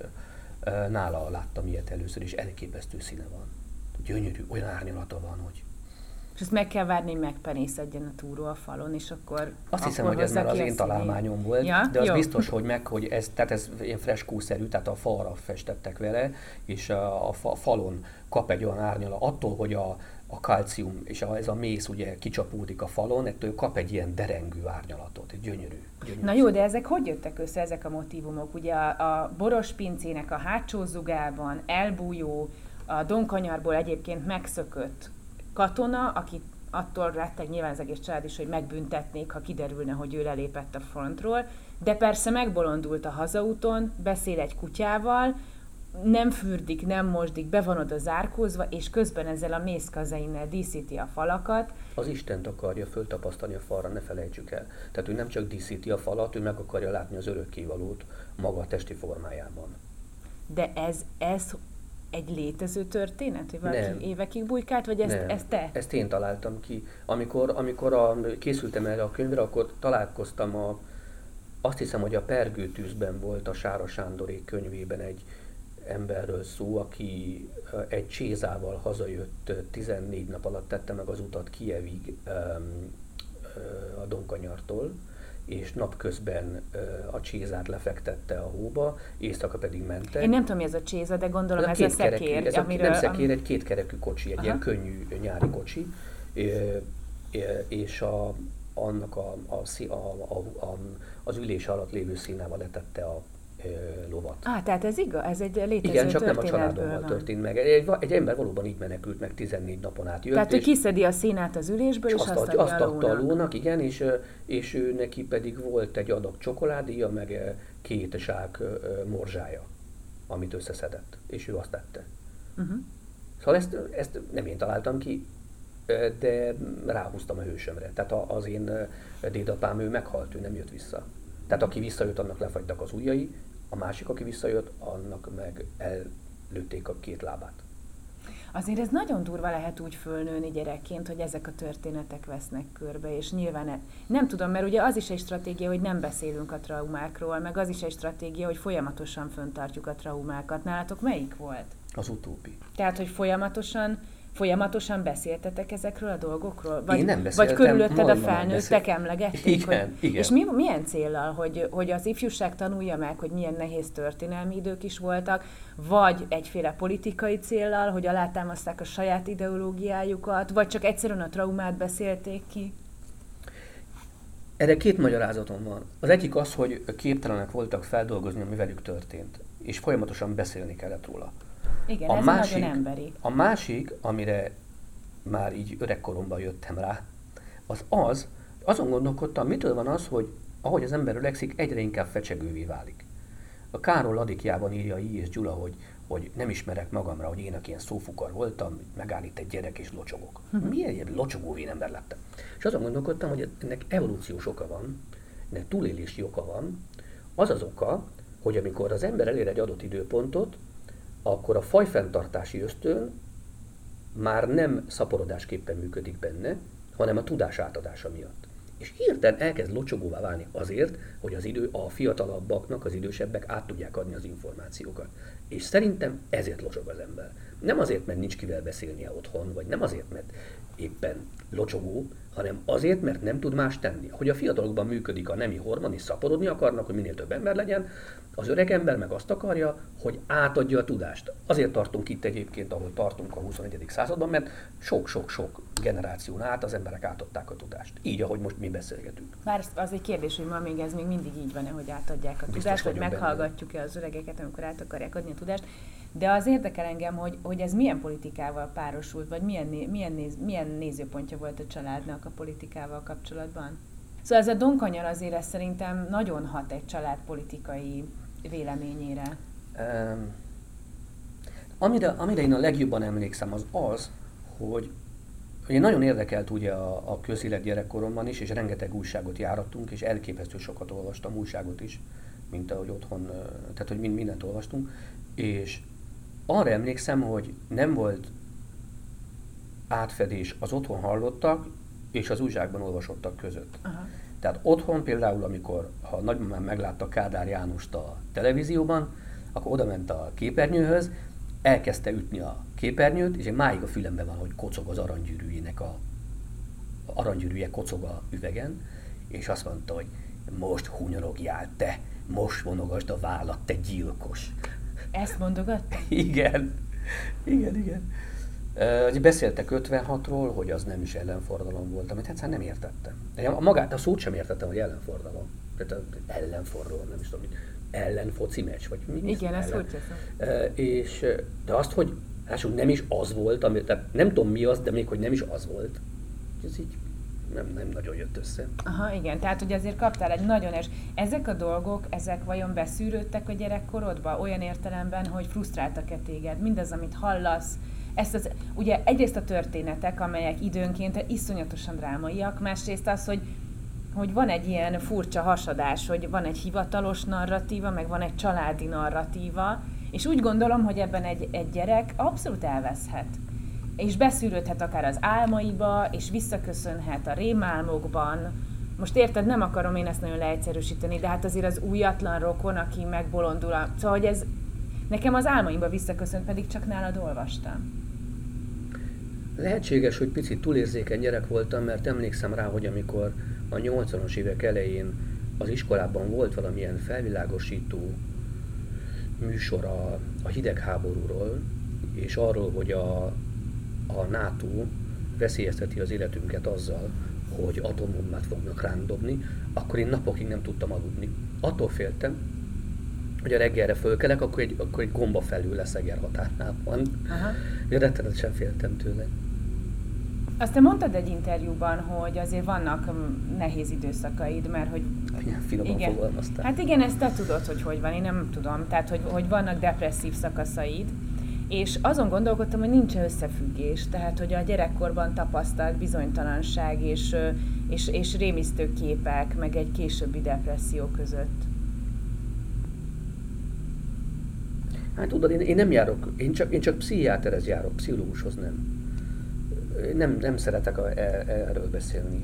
nála láttam ilyet először, és elképesztő színe van. Gyönyörű, olyan árnyalata van, hogy... És ezt meg kell várni, hogy megpenészedjen a túró a falon, és akkor... Azt akkor hiszem, hogy ez már az én találmányom volt, ja? de az Jó. biztos, hogy meg, hogy ez, tehát ez ilyen freskószerű, tehát a falra festettek vele, és a, a falon kap egy olyan árnyalat, attól, hogy a, a kalcium és a, ez a mész ugye kicsapódik a falon, ettől kap egy ilyen derengő árnyalatot, egy gyönyörű. gyönyörű Na jó, de ezek hogy jöttek össze, ezek a motívumok? Ugye a, a boros pincének a hátsó zugában elbújó, a donkanyarból egyébként megszökött katona, aki attól retteg nyilván az egész család is, hogy megbüntetnék, ha kiderülne, hogy ő lelépett a frontról, de persze megbolondult a hazaúton, beszél egy kutyával, nem fürdik, nem mosdik, be van oda zárkózva, és közben ezzel a mézkazeinnel díszíti a falakat. Az Istent akarja föltapasztani a falra, ne felejtsük el. Tehát ő nem csak díszíti a falat, ő meg akarja látni az örökkévalót maga a testi formájában. De ez, ez egy létező történet, hogy valaki Nem. évekig bujkált, vagy ezt, Nem. ezt te? Ezt én találtam ki. Amikor, amikor a, készültem erre a könyvre, akkor találkoztam a, azt hiszem, hogy a Pergőtűzben volt a Sára Sándorék könyvében egy emberről szó, aki egy csézával hazajött, tizennégy nap alatt tette meg az utat Kijevig a Donkanyartól, és napközben a csézát lefektette a hóba, éjszaka pedig mentek. Én nem tudom, mi ez a cséza, de gondolom ez, ez a szekér. Ez a, amiről, nem szekér, egy kétkerekű kocsi, egy Aha. ilyen könnyű nyári kocsi, és a, annak a, a, a, a, a, az ülés alatt lévő színával letette a lovat. Ah, tehát ez igaz? Ez egy létező Igen, csak nem a történetből családommal van. történt meg. Egy, egy ember valóban így menekült meg, tizennégy napon át jött. Tehát ő kiszedi a színát az ülésből, és azt, azt adja, adja azt a adta a lónak. lónak, igen, és, és ő neki pedig volt egy adag csokoládéja, meg két zsák morzsája, amit összeszedett, és ő azt tette. Uh-huh. Szóval ezt, ezt nem én találtam ki, de ráhúztam a hősömre. Tehát az én dédapám, ő meghalt, ő nem jött vissza. Tehát aki visszajött, annak lefagytak az ujjai, a másik, aki visszajött, annak meg ellőtték a két lábát. Azért ez nagyon durva lehet úgy fölnőni gyerekként, hogy ezek a történetek vesznek körbe, és nyilván ne, nem tudom, mert ugye az is egy stratégia, hogy nem beszélünk a traumákról, meg az is egy stratégia, hogy folyamatosan föntartjuk a traumákat. Nálatok melyik volt? Az utóbbi. Tehát, hogy folyamatosan Folyamatosan beszéltetek ezekről a dolgokról? Vagy, Én nem beszéltem, vagy körülötted a ma- ma felnőttek emlegették? Igen, hogy, igen. És mi, milyen céllal, hogy, hogy az ifjúság tanulja meg, hogy milyen nehéz történelmi idők is voltak, vagy egyféle politikai céllal, hogy alátámaszták a saját ideológiájukat, vagy csak egyszerűen a traumát beszélték ki? Erre két magyarázatom van. Az egyik az, hogy képtelenek voltak feldolgozni, ami velük történt, és folyamatosan beszélni kellett róla. Igen, a ez másik, nagyon emberi. A másik, amire már így öregkoromban jöttem rá, az az, azon gondolkodtam, mitől van az, hogy ahogy az ember öregszik, egyre inkább fecsegővé válik. A Károly Adikjában írja I. és Gyula, hogy, hogy nem ismerek magamra, hogy én, aki ilyen szófukar voltam, megállít egy gyerek és locsogok. Milyen ilyen locsogóvén ember lettem? És azon gondolkodtam, hogy ennek evolúciós oka van, ennek túlélési oka van. Az az oka, hogy amikor az ember elér egy adott időpontot, akkor a fajfenntartási ösztön már nem szaporodásképpen működik benne, hanem a tudás átadása miatt. És hirtelen elkezd locsogóvá válni azért, hogy az idő a fiatalabbaknak, az idősebbek át tudják adni az információkat. És szerintem ezért locsog az ember. Nem azért, mert nincs kivel beszélnie otthon, vagy nem azért, mert éppen locsogó, hanem azért, mert nem tud más tenni. Ahogy a fiatalokban működik a nemi hormon, és szaporodni akarnak, hogy minél több ember legyen, az öreg ember meg azt akarja, hogy átadja a tudást. Azért tartunk itt egyébként, ahol tartunk a huszonegyedik században, mert sok-sok-sok generáción át az emberek átadták a tudást. Így, ahogy most mi beszélgetünk. Bár az egy kérdés, hogy ma még ez még mindig így van, hogy átadják a Biztos tudást, hogy vagyok meghallgatjuk-e az öregeket, amikor át akarják adni a tudást. De az érdekel engem, hogy, hogy ez milyen politikával párosult, vagy milyen, milyen, néz, milyen nézőpontja volt a családnak a politikával kapcsolatban. Szóval ez a Donkanyar azért ez szerintem nagyon hat egy család politikai véleményére. Um, amire, amire én a legjobban emlékszem, az az, hogy én nagyon érdekelt ugye a, a közélet gyerekkoromban is, és rengeteg újságot járattunk, és elképesztő sokat olvastam, újságot is, mint ahogy otthon, tehát hogy mind, mindent olvastunk, és arra emlékszem, hogy nem volt átfedés az otthon hallottak és az újságban olvasottak között. Aha. Tehát otthon például, amikor a nagymamám meglátta Kádár Jánost a televízióban, akkor oda ment a képernyőhöz, elkezdte ütni a képernyőt, és máig a fülemben van, hogy kocog az aranygyűrűjének a, a aranygyűrűje kocog a üvegen, és azt mondta, hogy most hunyorogjál te, most vonogasd a vállat, te gyilkos. Ezt mondogatta? Igen, igen, igen. Uh, beszéltek ötvenhatról, hogy az nem is ellenforradalom volt, amit egyszerűen nem értettem. A magát, a szót sem értettem, hogy ellenforradalom. Tehát ellenforradalom, nem is tudom, ellenfoci meccs, vagy mi? Igen, ezt ellen. úgy teszem. Uh, és, de azt, hogy lássuk, nem is az volt, ami, tehát nem tudom mi az, de még hogy nem is az volt. Ez így nem, nem nagyon jött össze. Aha, igen, tehát ugye azért kaptál egy nagyon es... Ezek a dolgok, ezek vajon beszűrődtek a gyerekkorodba? Olyan értelemben, hogy frusztráltak-e téged? Mindaz, amit hallasz, ezt az, ugye egyrészt a történetek, amelyek időnként iszonyatosan drámaiak, másrészt az, hogy, hogy van egy ilyen furcsa hasadás, hogy van egy hivatalos narratíva, meg van egy családi narratíva, És úgy gondolom, hogy ebben egy, egy gyerek abszolút elveszhet. És beszűrődhet akár az álmaiba, és visszaköszönhet a rémálmokban. Most érted, nem akarom én ezt nagyon leegyszerűsíteni, de hát azért az újatlan rokon, aki megbolondul. A... Szóval, hogy ez nekem az álmaimba visszaköszönt, pedig csak nálad olvastam. Lehetséges, hogy picit túlérzékeny gyerek voltam, mert emlékszem rá, hogy amikor a nyolcvanas évek elején az iskolában volt valamilyen felvilágosító műsor a, a hidegháborúról, és arról, hogy a, a NATO veszélyezteti az életünket azzal, hogy atombombát fognak ránk dobni, akkor én napokig nem tudtam aludni. Attól féltem, hogy a reggelre fölkelek, akkor egy, akkor egy gomba felül lesz Eger határában. Én rettenetesen féltem tőle. Azt te mondtad egy interjúban, hogy azért vannak nehéz időszakaid, mert hogy... Igen, finoman igen, fogalmaztál. Hát igen, ezt te tudod, hogy hogy van, én nem tudom. Tehát, hogy, hogy vannak depresszív szakaszaid, és azon gondolkodtam, hogy nincs összefüggés, tehát, hogy a gyerekkorban tapasztalt bizonytalanság és, és, és rémisztő képek, meg egy későbbi depresszió között. Hát tudod, én, én nem járok, én csak, én csak pszichiáterhez járok, pszichológushoz nem. Nem, nem szeretek a, e, erről beszélni.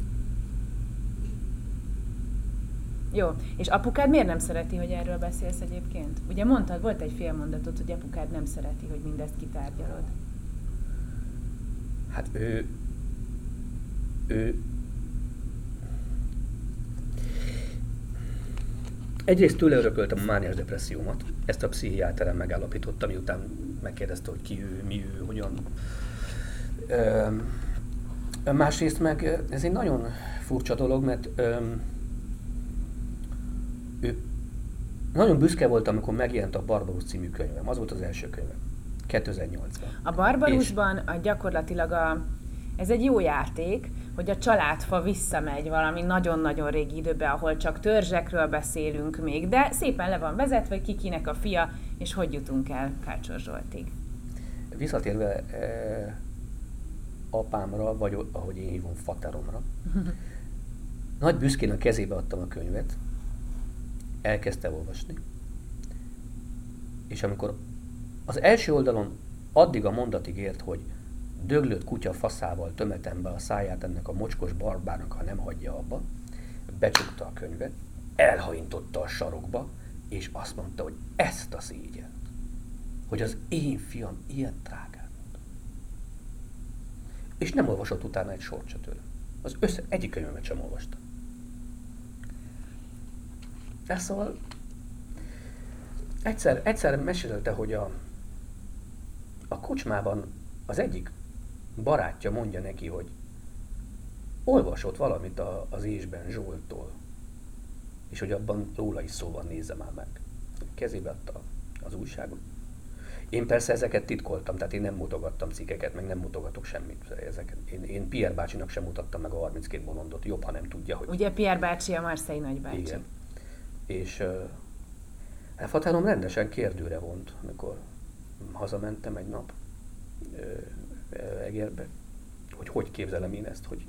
Jó, és apukád miért nem szereti, hogy erről beszélsz egyébként? Ugye mondtad, volt egy félmondatot, hogy apukád nem szereti, hogy mindezt kitárgyalod. Hát ő... ő... Egyrészt tőle örököltem a mániás depressziómat. Ezt a pszichiáteren megállapítottam, miután megkérdezte, hogy ki ő, mi ő, hogyan... Ö, másrészt meg ez egy nagyon furcsa dolog, mert ö, ő nagyon büszke volt, amikor megjelent a Barbarusz című könyvem. Az volt az első könyvem. kétezer-nyolcban. A Barbaruszban a, gyakorlatilag a, ez egy jó játék, hogy a családfa visszamegy valami nagyon-nagyon régi időbe, ahol csak törzsekről beszélünk még, de szépen le van vezetve, ki kinek a fia, és hogy jutunk el Kácsor Zsoltig. Visszatérve eh, apámra, vagy ahogy én hívom, fateromra, nagy büszkén a kezébe adtam a könyvet, elkezdte olvasni, és amikor az első oldalon addig a mondatig ért, hogy döglött kutya faszával tömetem be a száját ennek a mocskos barbának, ha nem hagyja abba, becsukta a könyvet, elhaintotta a sarokba, és azt mondta, hogy ezt a szégyent, hogy az én fiam ilyen trágát mond. És nem olvasott utána egy sort se tőle. Az össze, egyik könyvemet sem olvasta. De szóval egyszer, egyszer mesélte, hogy a, a kocsmában az egyik barátja mondja neki, hogy olvasott valamit a, az ésben Zsolttól, és hogy abban róla is szó van, nézze már meg. Kezébe adta az újságot. Én persze ezeket titkoltam, tehát én nem mutogattam cikkeket, meg nem mutogatok semmit. Ezeket. Én, én Pierre bácsinak sem mutattam meg a harminckét bolondot, jobb, ha nem tudja, hogy... Ugye Pierre bácsi a Marseille nagybácsi. Igen. És uh, fatárom rendesen kérdőre vont, amikor hazamentem egy nap uh, Egerbe, hogy hogy képzelem én ezt, hogy...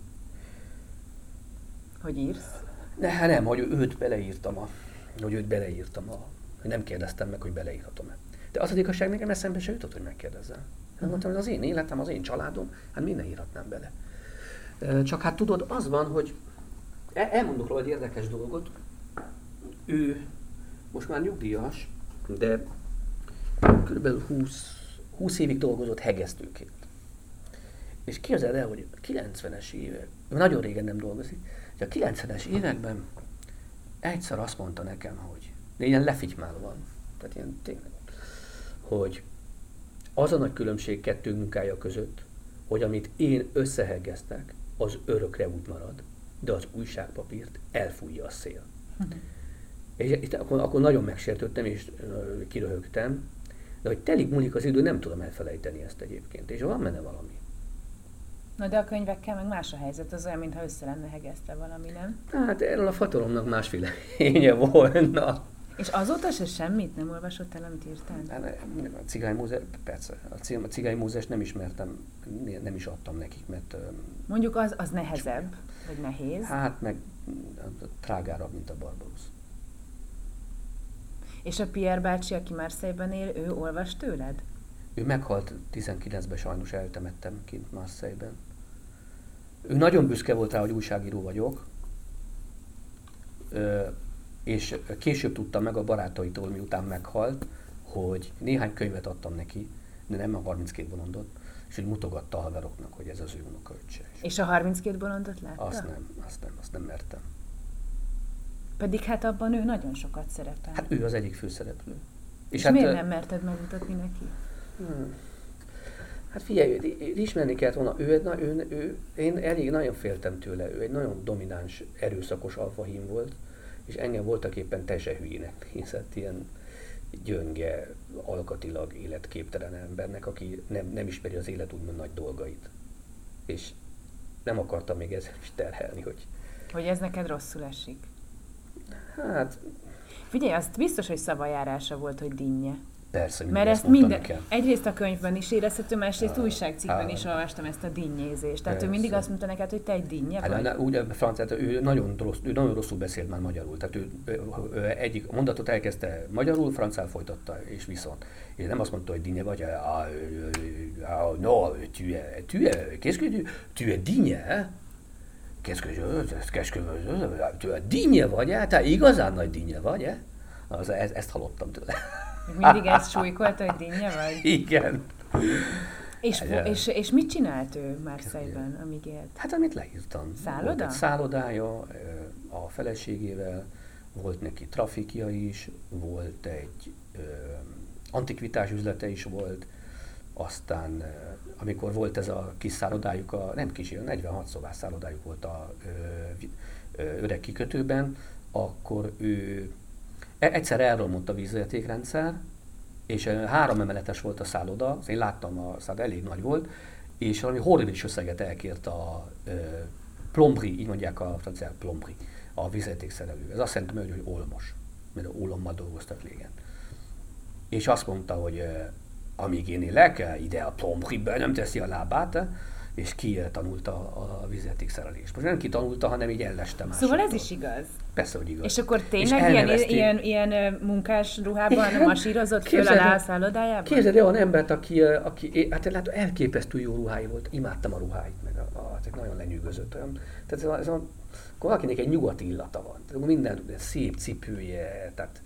Hogy írsz? Ne, hát nem, hogy őt beleírtam, a, hogy őt beleírtam, a, nem kérdeztem meg, hogy beleírhatom-e. De az az igazság, nekem eszembe se jutott, hogy megkérdezzel. Hát mondtam, hogy az én életem, az én családom, hát minden írhatnám bele. Csak hát tudod, az van, hogy elmondok róla egy érdekes dolgot. Ő most már nyugdíjas, de körülbelül húsz évig dolgozott hegesztőként. És képzeld el, hogy a kilencvenes évek, nagyon régen nem dolgozik, de a kilencvenes években egyszer azt mondta nekem, hogy, de ilyen lefitymálva van, tehát ilyen tényleg, hogy az a nagy különbség kettő munkája között, hogy amit én összehegeztek, az örökre úgy marad, de az újságpapírt elfújja a szél. Uh-huh. És itt akkor, akkor nagyon megsértődtem és uh, kiröhögtem, de hogy telik múlik az idő, nem tudom elfelejteni ezt egyébként, és van benne valami. Na de a könyvekkel meg más a helyzet, az olyan, mintha össze lenne hegesztve valami, nem? Hát erről a fatalomnak másféle lénye volna. És azóta se semmit nem olvasott el, amit írtál? Hát, a Cigány Mózes, persze, a Cigány Mózest nem ismertem, nem is adtam nekik, mert... Mondjuk az, az nehezebb, vagy nehéz? Hát meg trágárabb, mint a Barbarusz. És a Pierre bácsi, aki Marseille-ben él, ő olvas tőled? Ő meghalt tizenkilencben, sajnos eltemettem kint Marseille-ben. Ő nagyon büszke volt rá, hogy újságíró vagyok, és később tudtam meg a barátaitól, miután meghalt, hogy néhány könyvet adtam neki, de nem a harminckét bolondot, és hogy mutogatta a haveroknak, hogy ez az ő unokaöccse. És a harminckét bolondot látta? Azt nem, azt nem, azt nem mertem. Pedig hát abban ő nagyon sokat szerepel. Hát ő az egyik főszereplő. És, és hát, miért nem merted megmutatni neki? Hmm. Hát figyelj, ismerni kellett volna, ő, ő, ő, ő, én elég nagyon féltem tőle, ő egy nagyon domináns, erőszakos alfahím volt, és engem voltak éppen te se hülyének nézett, ilyen gyönge, alkatilag életképtelen embernek, aki nem, nem ismeri az élet úgymond nagy dolgait. És nem akartam még ezzel is terhelni, hogy... Hogy ez neked rosszul esik? Hát... Figyelj, azt biztos, hogy szavajárása volt, hogy dinnye. Persze, mert ezt minden, egyrészt a könyvben is érezhető, másrészt újságcikkben is olvastam ezt a dinnyézést. Tehát persze. Ő mindig azt mondta neked, hogy te egy dinnye vagy. Hát, úgy a franciát, ő nagyon, rossz, ő nagyon rosszul beszélt már magyarul. Tehát ő, ő, ő egyik mondatot elkezdte magyarul, franciául folytatta, és viszont. És nem azt mondta, hogy dinnye vagy, ah, ah, no, tu es, tu es, qu'est-ce que tu, tu es digne, qu'est-ce que je, qu'est-ce que, tu es digne vagy, te igazán nagy dinnye vagy, az, ezt, ezt hallottam tőle. Mindig ezt súlykolta, hogy dinnye vagy? Igen. És, és, és mit csinált ő Marseille-ben, amíg élt? Hát, amit leírtam. Szálloda? Volt egy szállodája a feleségével, volt neki trafikja is, volt egy ö, antikvitás üzlete is volt, aztán amikor volt ez a kis szállodájuk, a, nem kis, a negyvenhat szobás szállodájuk volt a ö, ö, öreg kikötőben, akkor ő egyszer elromlott a vízvezetékrendszer, és három emeletes volt a szálloda, én láttam, a szálloda elég nagy volt, és valami horribilis összeget elkért a ö, plombri, így mondják a franciák plombri, a vízvezetékszerelő. Ez azt jelenti, hogy olmos, mert ólommal dolgoztak régen. És azt mondta, hogy amíg én élek, ide a plombribe nem teszi a lábát, és ki tanulta a vízvezetékszerelést. Most nem ki tanulta, hanem így elleste másoktól. Szóval ez is igaz? Persze, hogy igaz. És akkor tényleg és ilyen, ilyen, ilyen munkás ruhában masírozott föl alá a szállodájában? Képzeld olyan embert, aki, aki hát látom, elképesztő jó ruhái volt. Imádtam a ruháit, meg a, a, a nagyon lenyűgözött. Olyan. Tehát ez a, ez a, akkor valakinek egy nyugati illata van. Tehát minden szép cipője, tehát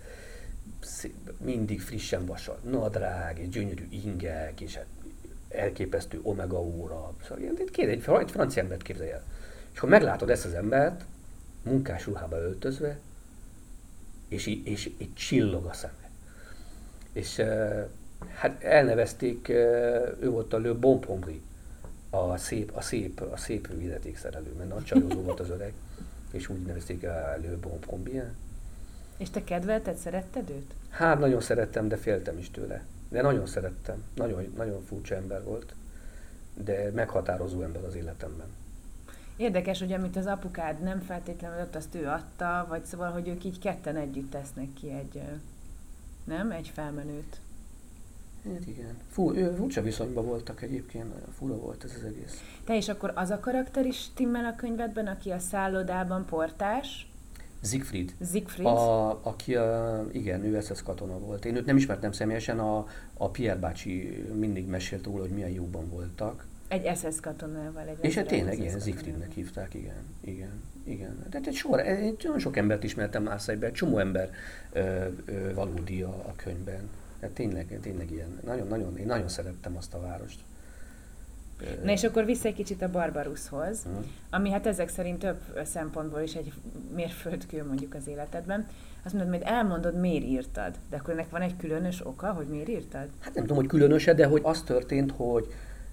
szép, mindig frissen vasalt nadrág, és gyönyörű ingek, és hát elképesztő omega óra. Szóval egy, egy francia embert képzelj el. És akkor meglátod ezt az embert, munkás ruhába öltözve, és így, és így csillog a szeme. És uh, hát elnevezték, uh, ő volt a Le Bon Plombier, a szép, a szép, a szép vízvezetékszerelő, mert nagy csajozó volt az öreg, és úgy nevezték a Le Bon Plombier. És te kedvelted, szeretted őt? Hát nagyon szerettem, de féltem is tőle. De nagyon szerettem. Nagyon, nagyon furcsa ember volt, de meghatározó ember az életemben. Érdekes, hogy amit az apukád nem feltétlenül adott, azt ő adta, vagy szóval, hogy ők így ketten együtt tesznek ki egy, nem? Egy felmenőt. Hát igen. Fú, ő furcsa viszonyban voltak egyébként, nagyon fura volt ez az egész. Te és akkor az a karakter is stimmel a könyvedben, aki a szállodában portás? Siegfried. Siegfried. A, aki, a, igen, ő es es katona volt. Én őt nem ismertem személyesen, a, a Pierre bácsi mindig mesélt róla, hogy milyen jóban voltak. Egy es es katonával. Egy és hát tényleg ilyen Siegfriednek hívták, igen, igen, igen. De egy sor, egy, nagyon sok embert ismertem Marseille-ben, egy csomó ember ö, ö, valódi a, a könyvben. Hát tényleg, tényleg ilyen. Nagyon, nagyon, én nagyon szerettem azt a várost. Na és akkor vissza egy kicsit a Barbaroushoz, uh-huh. ami hát ezek szerint több szempontból is egy mérföldkő mondjuk az életedben. Azt mondod, hogy elmondod, miért írtad, de akkor ennek van egy különös oka, hogy miért írtad? Hát nem tudom, hogy különöse, de hogy az történt, hogy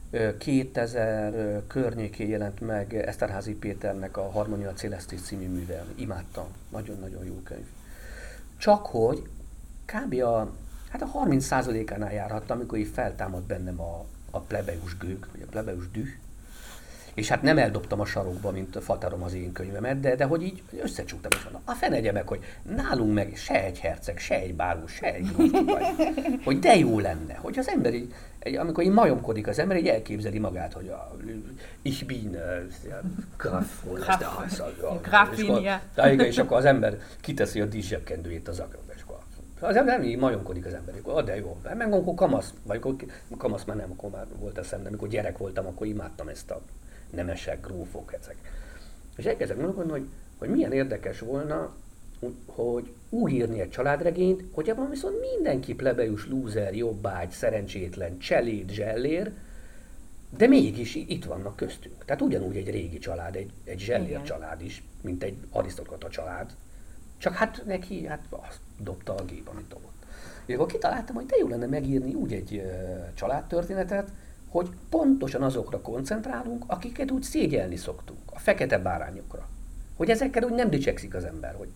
kétezer környékén jelent meg Eszterházy Péternek a Harmonia Celestis című műve. Imádtam, nagyon-nagyon jó könyv. Csak hogy kb. a, hát a harminc százalékánál járhattam, amikor így feltámad bennem a a plebeus gőg, vagy a plebeus düh, és hát nem eldobtam a sarokba, mint a faterom az én könyvemet, de, de hogy így összecsuktam, és mondom, a fenegye meg, hogy nálunk meg se egy herceg, se egy bárus, se egy gróf, hogy de jó lenne, hogy az ember így, egy, amikor így majomkodik az ember, így elképzeli magát, hogy a ich bin Graf, Grafinia. És akkor az ember kiteszi a díszsebkendőjét az akar, és akkor Az ember így majomkodik az ember, ah, de jó. Meg amikor kamasz, vagy akkor kamasz már nem, akkor már volt eszembe, amikor gyerek voltam, akkor imádtam ezt a nemesek, grófok, ezek. És elkezdek gondolkodni, hogy, hogy milyen érdekes volna, hogy úgy írni egy családregényt, hogy abban viszont mindenki plebejus, lúzer, jobbágy, szerencsétlen, cseléd, zsellér, de mégis itt vannak köztünk. Tehát ugyanúgy egy régi család, egy, egy zsellér Igen. család is, mint egy arisztokrata család. Csak hát neki hát azt dobta a gép, amit dobott. És akkor kitaláltam, hogy de jó lenne megírni úgy egy uh, családtörténetet, hogy pontosan azokra koncentrálunk, akiket úgy szégyelni szoktunk, a fekete bárányokra. Hogy ezekkel úgy nem dicsekszik az ember. Hogy...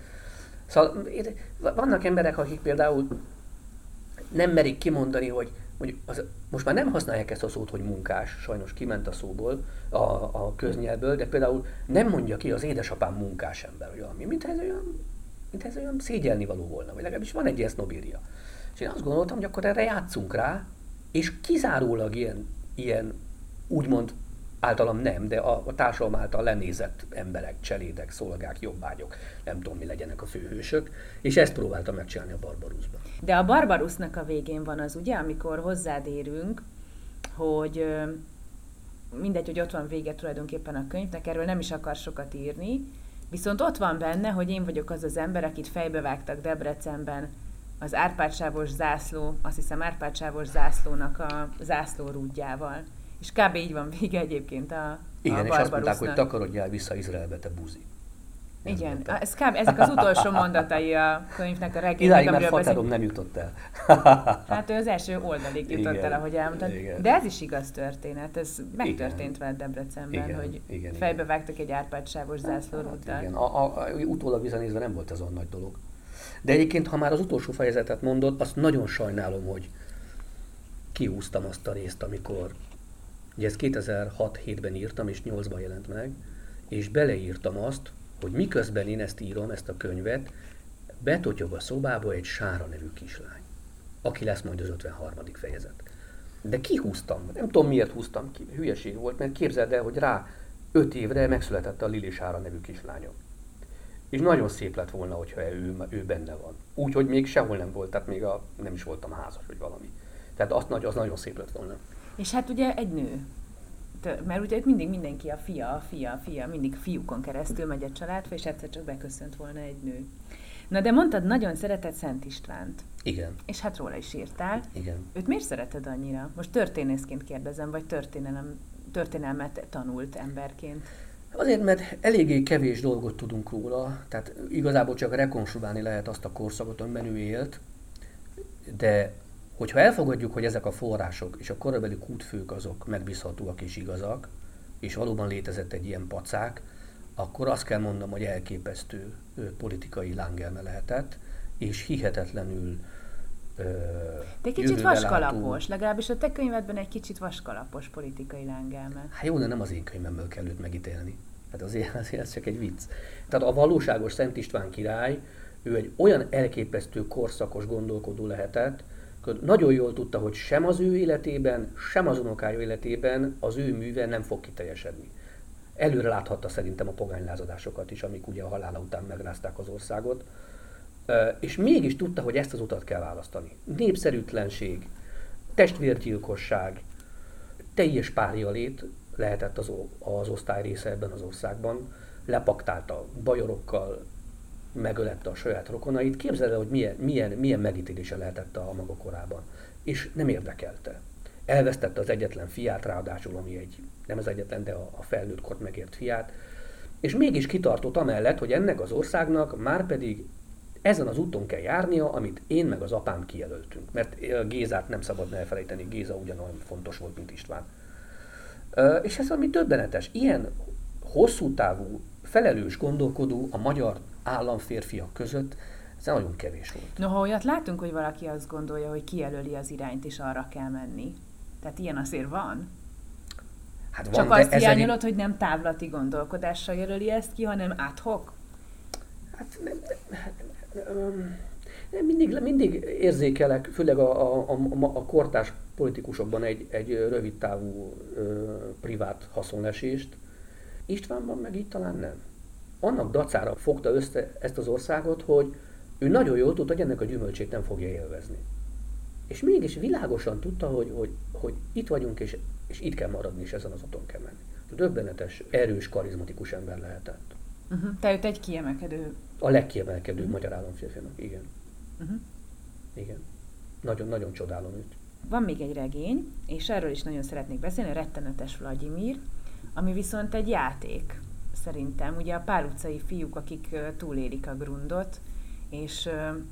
Szóval vannak emberek, akik például nem merik kimondani, hogy, hogy az, most már nem használják ezt a szót, hogy munkás, sajnos kiment a szóból, a, a köznyelvből, de például nem mondja ki az édesapám munkás ember, vagy valami, mintha ez olyan, mintha ez olyan szégyelni való volna, vagy legalábbis van egy ilyen sznobéria. És én azt gondoltam, hogy akkor erre játszunk rá, és kizárólag ilyen, ilyen úgymond általam nem, de a, a társadalom által lenézett emberek, cselédek, szolgák, jobbágyok, nem tudom mi legyenek a főhősök, és ezt próbáltam megcsinálni a Barbaruszban. De a Barbarusznak a végén van az, ugye, amikor hozzád érünk, hogy mindegy, hogy ott van vége tulajdonképpen a könyvnek, erről nem is akar sokat írni, viszont ott van benne, hogy én vagyok az az ember, akit fejbevágtak Debrecenben az árpádsávos zászló, azt hiszem árpádsávos zászlónak a zászlórúdjával. És kb. Így van vége egyébként a, Igen, a és azt mondták, hogy takarodjál vissza Izraelbe, te buzi. Ez Igen, ez kb. Ezek az utolsó mondatai a könyvnek, a regénynek, Idáig már Faterom nem jutott el. Hát ő az első oldalig jutott Igen, el, ahogy elmondtad. Igen. De ez is igaz történet, ez megtörtént veled Debrecenben, Igen, hogy Igen, fejbevágtak egy árpádsávos zászlórúddal. Igen, a, a, a, utólag visszanézve nem volt ez olyan nagy dolog. De egyébként, ha már az utolsó fejezetet mondod, azt nagyon sajnálom, hogy kihúztam azt a részt, amikor ugye ezt kétezer-hat-hétben írtam, és nyolcban jelent meg, és beleírtam azt, hogy miközben én ezt írom, ezt a könyvet, betotyog a szobába egy Sára nevű kislány, aki lesz majd az ötvenharmadik fejezet. De kihúztam, nem tudom miért húztam ki, hülyeség volt, mert képzeld el, hogy rá öt évre megszületett a Lili Sára nevű kislányom. És nagyon szép lett volna, hogyha ő, ő benne van. Úgyhogy még sehol nem volt, tehát még a, nem is voltam házas, vagy valami. Tehát az, az nagyon szép lett volna. És hát ugye egy nő. Mert ugye itt mindig mindenki a fia, a fia, a fia, mindig fiúkon keresztül megy a családba, és egyszer csak beköszönt volna egy nő. Na de mondtad, nagyon szereted Szent Istvánt. Igen. És hát róla is írtál. Igen. Őt miért szereted annyira? Most történészként kérdezem, vagy történelem, történelmet tanult emberként? Azért, mert eléggé kevés dolgot tudunk róla, tehát igazából csak rekonstruálni lehet azt a korszakot, amiben ő élt, de hogyha elfogadjuk, hogy ezek a források és a korabeli kútfők azok megbízhatóak és igazak, és valóban létezett egy ilyen pacák, akkor azt kell mondanom, hogy elképesztő politikai lángelme lehetett, és hihetetlenül ö, De egy kicsit vaskalapos, legalábbis a te könyvedben egy kicsit vaskalapos politikai lángelme. Hát jó, de nem az én könyvemből kell őt megítélni. Hát azért, azért ez csak egy vicc. Tehát a valóságos Szent István király, ő egy olyan elképesztő korszakos gondolkodó lehetett, hogy nagyon jól tudta, hogy sem az ő életében, sem az unokája életében az ő műve nem fog kiteljesedni. Előre láthatta szerintem a pogánylázadásokat is, amik ugye a halála után megrázták az országot, és mégis tudta, hogy ezt az utat kell választani. Népszerűtlenség, testvérgyilkosság, teljes párjalét lehetett az, az osztály része ebben az országban, lepaktálta bajorokkal, megölette a saját rokonait. Képzeld el, hogy milyen, milyen, milyen megítélése lehetett a maga korában. És nem érdekelte. Elvesztette az egyetlen fiát, ráadásul, ami egy, nem az egyetlen, de a, a felnőtt kort megért fiát. És mégis kitartott amellett, hogy ennek az országnak már pedig ezen az úton kell járnia, amit én meg az apám kijelöltünk. Mert Gézát nem szabadna elfelejteni, Géza ugyanolyan fontos volt, mint István. És ez ami döbbenetes. Ilyen hosszú távú, felelős gondolkodó a magyar államférfiak között, ez nagyon kevés volt. Noha olyat látunk, hogy valaki azt gondolja, hogy kijelöli az irányt, és arra kell menni. Tehát ilyen azért van. Hát van, Csak azt hiányolod, hogy nem távlati gondolkodással jelöli ezt ki, hanem ad hoc? Hát nem, nem, nem, nem mindig, mindig érzékelek, főleg a, a, a, a kortárs politikusokban egy, egy rövid távú ö, privát haszonlesést. Istvánban meg így talán nem. Annak dacára fogta össze ezt az országot, hogy ő nagyon jól tudta, hogy ennek a gyümölcsét nem fogja élvezni. És mégis világosan tudta, hogy, hogy, hogy itt vagyunk, és, és itt kell maradni, és ezen az úton kell menni. Döbbenetes, erős, karizmatikus ember lehetett. Uh-huh. Te őt egy kiemelkedő... A legkiemelkedőbb uh-huh. magyar államférfinak, igen. Uh-huh. Igen. Nagyon-nagyon csodálom őt. Van még egy regény, és erről is nagyon szeretnék beszélni, a Rettenetes Vladimir, ami viszont egy játék, szerintem. Ugye a pál utcai fiúk, akik túlélik a grundot, és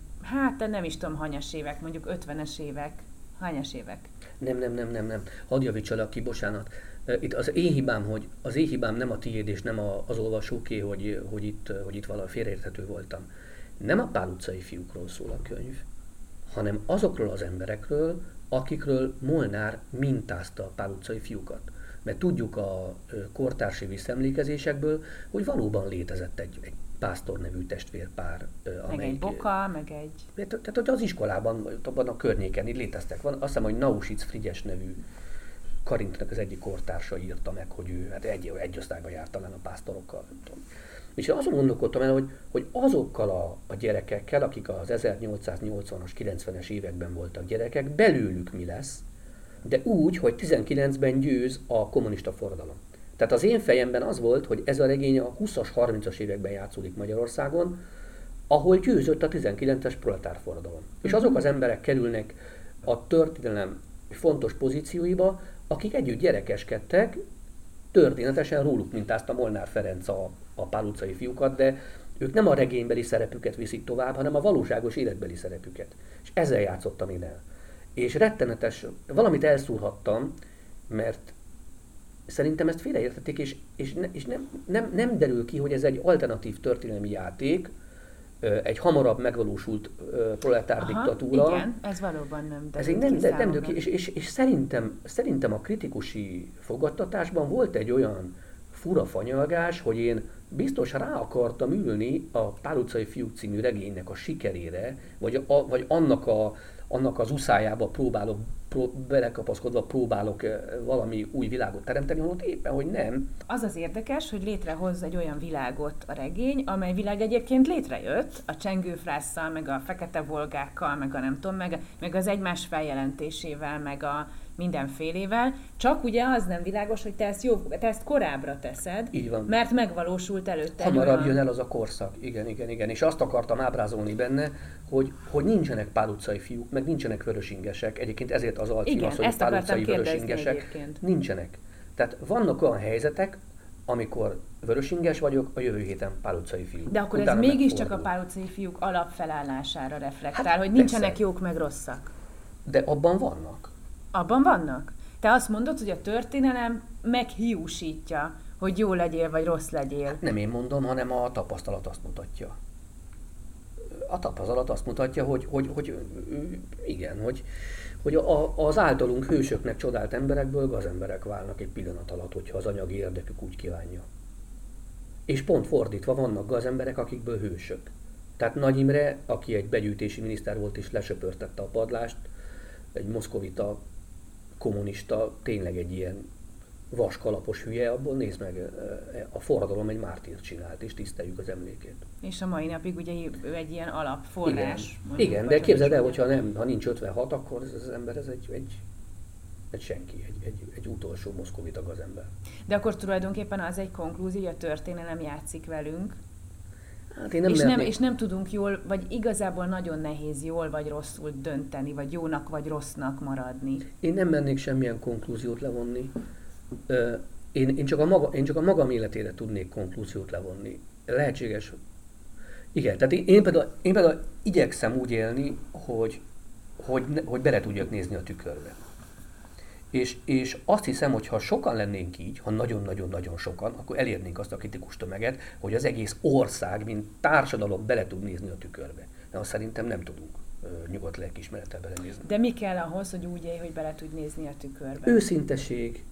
hát nem is tudom, hanyas évek, mondjuk ötvenes évek. Hanyas évek? Nem, nem, nem, nem, nem. Hadd javítsalak ki, bocsánat. Itt az én hibám, hogy az én hibám nem a tiéd és nem a, az olvasóké, hogy, hogy, itt, hogy itt valami félreérthető voltam. Nem a pál utcai fiúkról szól a könyv, hanem azokról az emberekről, akikről Molnár mintázta a pál utcai fiúkat. Mert tudjuk a kortársi visszaemlékezésekből, hogy valóban létezett egy, egy Pásztor nevű testvérpár. Meg amelyik, egy Boka, meg egy... Tehát, tehát az iskolában, abban a környéken így léteztek. Van, azt hiszem, hogy Nausic Frigyes nevű Karintnak az egyik kortársa írta meg, hogy ő hát egy, egy osztályban járt talán a pásztorokkal, nem tudom. És én azon gondolkodtam el, hogy, hogy azokkal a, a gyerekekkel, akik az ezernyolcszáznyolcvanas, kilencvenes években voltak gyerekek, belőlük mi lesz, de úgy, hogy tizenkilencben győz a kommunista forradalom. Tehát az én fejemben az volt, hogy ez a regény a húszas, harmincas években játszódik Magyarországon, ahol győzött a tizenkilences proletár forradalom. Mm-hmm. És azok az emberek kerülnek a történelem fontos pozícióiba, akik együtt gyerekeskedtek, történetesen róluk mintázta Molnár Ferenc a, a pál utcai fiúkat, de ők nem a regénybeli szerepüket viszik tovább, hanem a valóságos életbeli szerepüket. És ezzel játszottam én el. És rettenetes, valamit elszúrhattam, mert szerintem ezt félreértették, és, és, ne, és nem, nem, nem derül ki, hogy ez egy alternatív történelmi játék, egy hamarabb megvalósult proletár diktatúra. Igen, ez valóban nem derül ez nem, ki nem, nem derül ki, és, és, és szerintem, szerintem a kritikusi fogadtatásban volt egy olyan fura fanyalgás, hogy én biztos rá akartam ülni a Pál utcai fiúk című regénynek a sikerére, vagy, a, vagy annak, a, annak az uszájába próbálok, pró, belekapaszkodva próbálok valami új világot teremteni, holott éppen, hogy nem. Az az érdekes, hogy létrehoz egy olyan világot a regény, amely világ egyébként létrejött, a csengőfrásszal, meg a fekete volgákkal, meg a nem tudom, meg, meg az egymás feljelentésével, meg a mindenfélével, csak ugye az nem világos, hogy te ezt, jó, te ezt korábbra teszed, így van. Mert megvalósult előtte. Hamarabb olyan... jön el az a korszak, igen, igen, igen. És azt akartam ábrázolni benne, hogy, hogy nincsenek pál utcai fiúk, meg nincsenek vörösingesek. Egyébként ezért az alcím az, hogy pál utcai vörösingesek nincsenek. Tehát vannak olyan helyzetek, amikor vörösinges vagyok, a jövő héten pál utcai fiú. De akkor utána ez mégiscsak a pál utcai fiúk alapfelállására reflektál, hát, hogy nincsenek persze. Jók meg rosszak. De abban vannak. Abban vannak? Te azt mondod, hogy a történelem meghiúsítja, hogy jó legyél, vagy rossz legyél. Nem én mondom, hanem a tapasztalat azt mutatja. A tapasztalat azt mutatja, hogy, hogy, hogy igen, hogy, hogy a, az általunk hősöknek csodált emberekből gazemberek válnak egy pillanat alatt, hogyha az anyagi érdekük úgy kívánja. És pont fordítva vannak gazemberek, akikből hősök. Tehát Nagy Imre, aki egy begyűjtési miniszter volt és lesöpörtette a padlást, egy moszkovita kommunista, tényleg egy ilyen vaskalapos hülye, abból nézd meg, a forradalom egy mártírt csinált, és tiszteljük az emlékét. És a mai napig ugye ő egy ilyen alapforrás. Igen, mondjuk, igen, de képzeld el, hogyha nem, ha nincs ötvenhat, akkor ez az ember ez egy, egy, egy senki, egy, egy, egy utolsó moszkovita gazember. De akkor tulajdonképpen az egy konklúzió, hogy a történelem játszik velünk, hát én nem és, nem, és nem tudunk jól, vagy igazából nagyon nehéz jól vagy rosszul dönteni, vagy jónak vagy rossznak maradni. Én nem mernék semmilyen konklúziót levonni. Én, én, csak a maga, én csak a magam életére tudnék konklúziót levonni. Lehetséges. Igen, tehát én, én, például, én például igyekszem úgy élni, hogy, hogy, hogy bele tudjak nézni a tükörbe. És, és azt hiszem, hogy ha sokan lennénk így, ha nagyon-nagyon-nagyon sokan, akkor elérnénk azt a kritikus tömeget, hogy az egész ország, mint társadalom bele tud nézni a tükörbe. De azt szerintem nem tudunk nyugodt lelkiismerettel belenézni. De mi kell ahhoz, hogy úgy élj, hogy bele tudj nézni a tükörbe? Őszinteség.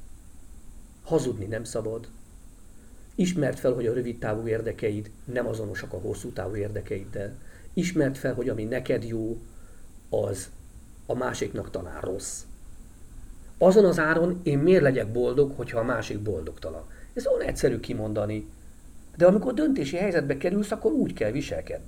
Hazudni nem szabad. Ismerd fel, hogy a rövid távú érdekeid nem azonosak a hosszú távú érdekeiddel. Ismerd fel, hogy ami neked jó, az a másiknak talán rossz. Azon az áron én miért legyek boldog, hogyha a másik boldogtalan. Ez olyan egyszerű kimondani. De amikor döntési helyzetbe kerülsz, akkor úgy kell viselkedni.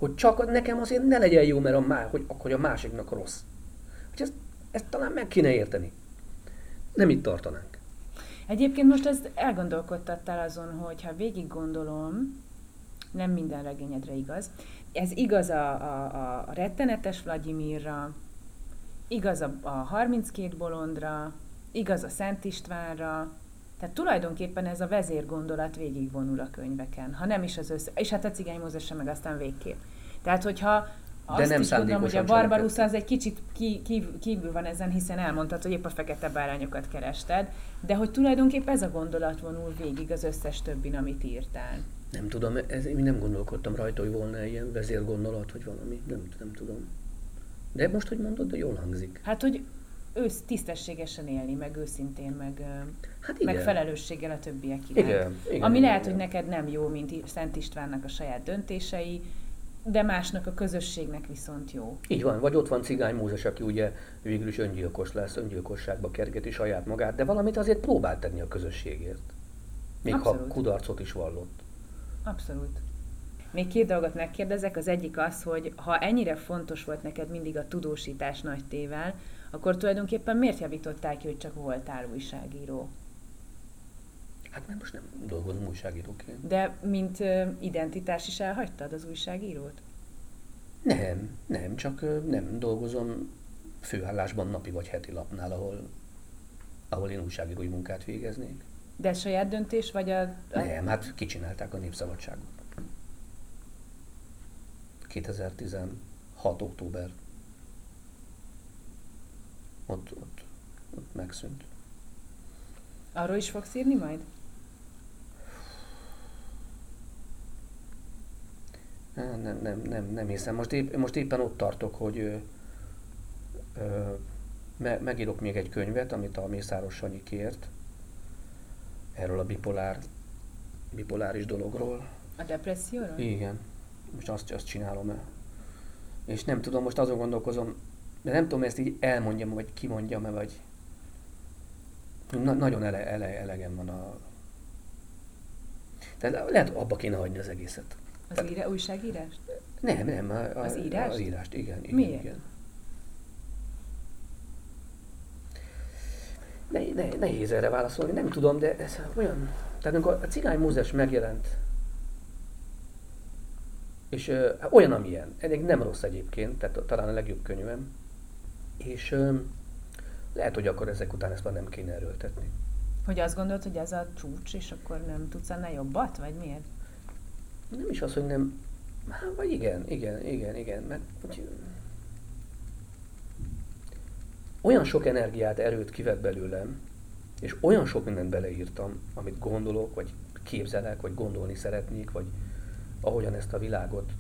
Hogy csak nekem azért ne legyen jó, mert a, má, hogy, hogy a másiknak rossz. Hogy ezt, ezt talán meg kéne érteni. Nem itt tartanánk. Egyébként most ezt elgondolkodtattál azon, hogy ha végig gondolom, nem minden regényedre igaz, ez igaz a, a, a rettenetes Vlagyimirra, igaz a, a harminckét bolondra, igaz a Szent Istvánra, tehát tulajdonképpen ez a vezérgondolat végigvonul a könyveken, ha nem is az össze, és hát a Cigány Mózesre meg aztán végképp. Tehát, hogyha azt nem is tudom, hogy a Barbarusz az egy kicsit ki, kívül, kívül van ezen, hiszen elmondtad, hogy épp a fekete bárányokat kerested, de hogy tulajdonképpen ez a gondolat vonul végig az összes többin, amit írtál. Nem tudom, ez, én nem gondolkodtam rajta, hogy volna ilyen vezérgondolat, hogy valami, nem, nem tudom. De most, hogy mondod, de jól hangzik. Hát, hogy ősz tisztességesen élni, meg őszintén, meg, hát meg felelősséggel a többiek iránt. Igen, igen, Ami igen, lehet, igen. hogy neked nem jó, mint Szent Istvánnak a saját döntései, de másnak a közösségnek viszont jó. Így van, vagy ott van Cigány Mózes, aki ugye végül is öngyilkos lesz, öngyilkosságba kergeti saját magát, de valamit azért próbált tenni a közösségért. Még Abszolút. ha kudarcot is vallott. Abszolút. Még két dolgot megkérdezek, az egyik az, hogy ha ennyire fontos volt neked mindig a tudósítás nagy tével, akkor tulajdonképpen miért javítottál ki, hogy csak voltál újságíró? Hát mert most nem dolgozom újságíróként. De mint ö, identitás is elhagytad az újságírót? Nem, nem, csak ö, nem dolgozom főállásban napi vagy heti lapnál, ahol, ahol én újságírói munkát végeznék. De saját döntés, vagy a... a... Nem, hát kicsinálták a Népszabadságot. kétezer-tizenhat október. Ott, ott, ott megszűnt. Arról is fogsz írni majd? Nem, nem, nem, nem hiszem. Most, épp, most éppen ott tartok, hogy ö, ö, me, megírok még egy könyvet, amit a Mészáros Sanyi kért. Erről a bipolár, bipoláris dologról. A depresszióról? Igen. Most azt, azt csinálom. És nem tudom, most azon gondolkozom, de nem tudom, ezt így elmondjam, vagy kimondjam, vagy... Na, nagyon ele, ele, elegem van a... Tehát lehet, abba kéne hagyni az egészet. Az Tehát... írá, újságírást? Nem, nem. A, a, az írást? Az írást, igen. igen Miért? Igen. Ne, ne, nehéz erre válaszolni, nem tudom, de ez olyan... Tehát amikor a Cigány Mózes megjelent, és ö, olyan, amilyen, eddig nem rossz egyébként, tehát talán a legjobb könyvem, és ö, lehet, hogy akkor ezek után ezt már nem kéne erőltetni. Hogy azt gondolod, hogy ez a csúcs, és akkor nem tudsz annál jobbat, vagy miért? Nem is az, hogy nem... Hát, vagy igen, igen, igen, igen, mert úgy, olyan sok energiát, erőt kivett belőlem, és olyan sok mindent beleírtam, amit gondolok, vagy képzelek, vagy gondolni szeretnék, vagy ahogyan ezt a világot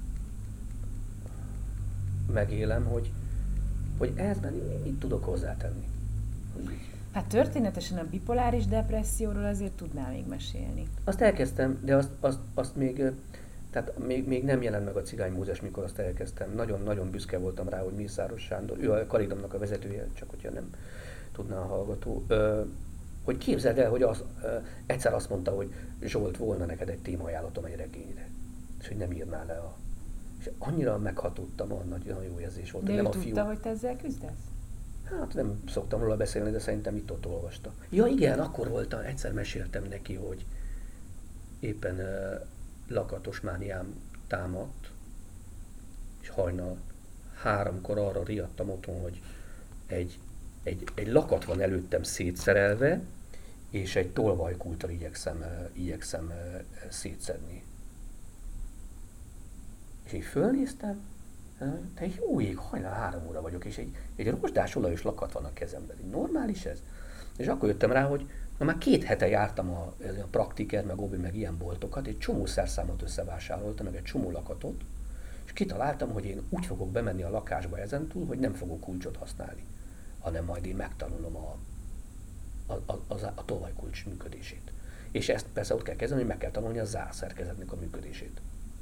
megélem, hogy, hogy ehhez mit tudok hozzátenni. Hát történetesen a bipoláris depresszióról azért tudnál még mesélni. Azt elkezdtem, de azt, azt, azt még, tehát még, még nem jelent meg a Cigány Mózes, mikor azt elkezdtem. Nagyon-nagyon büszke voltam rá, hogy Mészáros Sándor, ő a Karidomnak a vezetője, csak hogyha nem tudná a hallgató, ö, hogy képzeld el, hogy az, ö, egyszer azt mondta, hogy Zsolt, volna neked egy témaajánlatom egy regényre, és hogy nem írnál le a... És annyira meghatódtam, olyan nagyon jó érzés volt. De ő nem tudta, a fiú... hogy te ezzel küzdesz? Hát nem szoktam róla beszélni, de szerintem itt ott olvasta. Ja igen, akkor volt, egyszer meséltem neki, hogy éppen uh, lakatos mániám támadt, és hajnal háromkor arra riadtam otthon, hogy egy, egy, egy lakat van előttem szétszerelve, és egy tolvajkulttal igyekszem, uh, igyekszem uh, szétszedni. És így fölnéztem, te egy jó ég, hajnal három óra vagyok, és egy, egy rozsdás olajos lakat van a kezemben. Normális ez? És akkor jöttem rá, hogy na már két hete jártam a, a Praktiker, meg Obi, meg ilyen boltokat, egy csomó szerszámot összevásároltam, meg egy csomó lakatot, és kitaláltam, hogy én úgy fogok bemenni a lakásba ezentúl, hogy nem fogok kulcsot használni, hanem majd én megtanulom a, a, a, a, a tolvajkulcs működését. És ezt persze ott kell kezdeni, hogy meg kell tanulni a zárszerkezetnek a működését.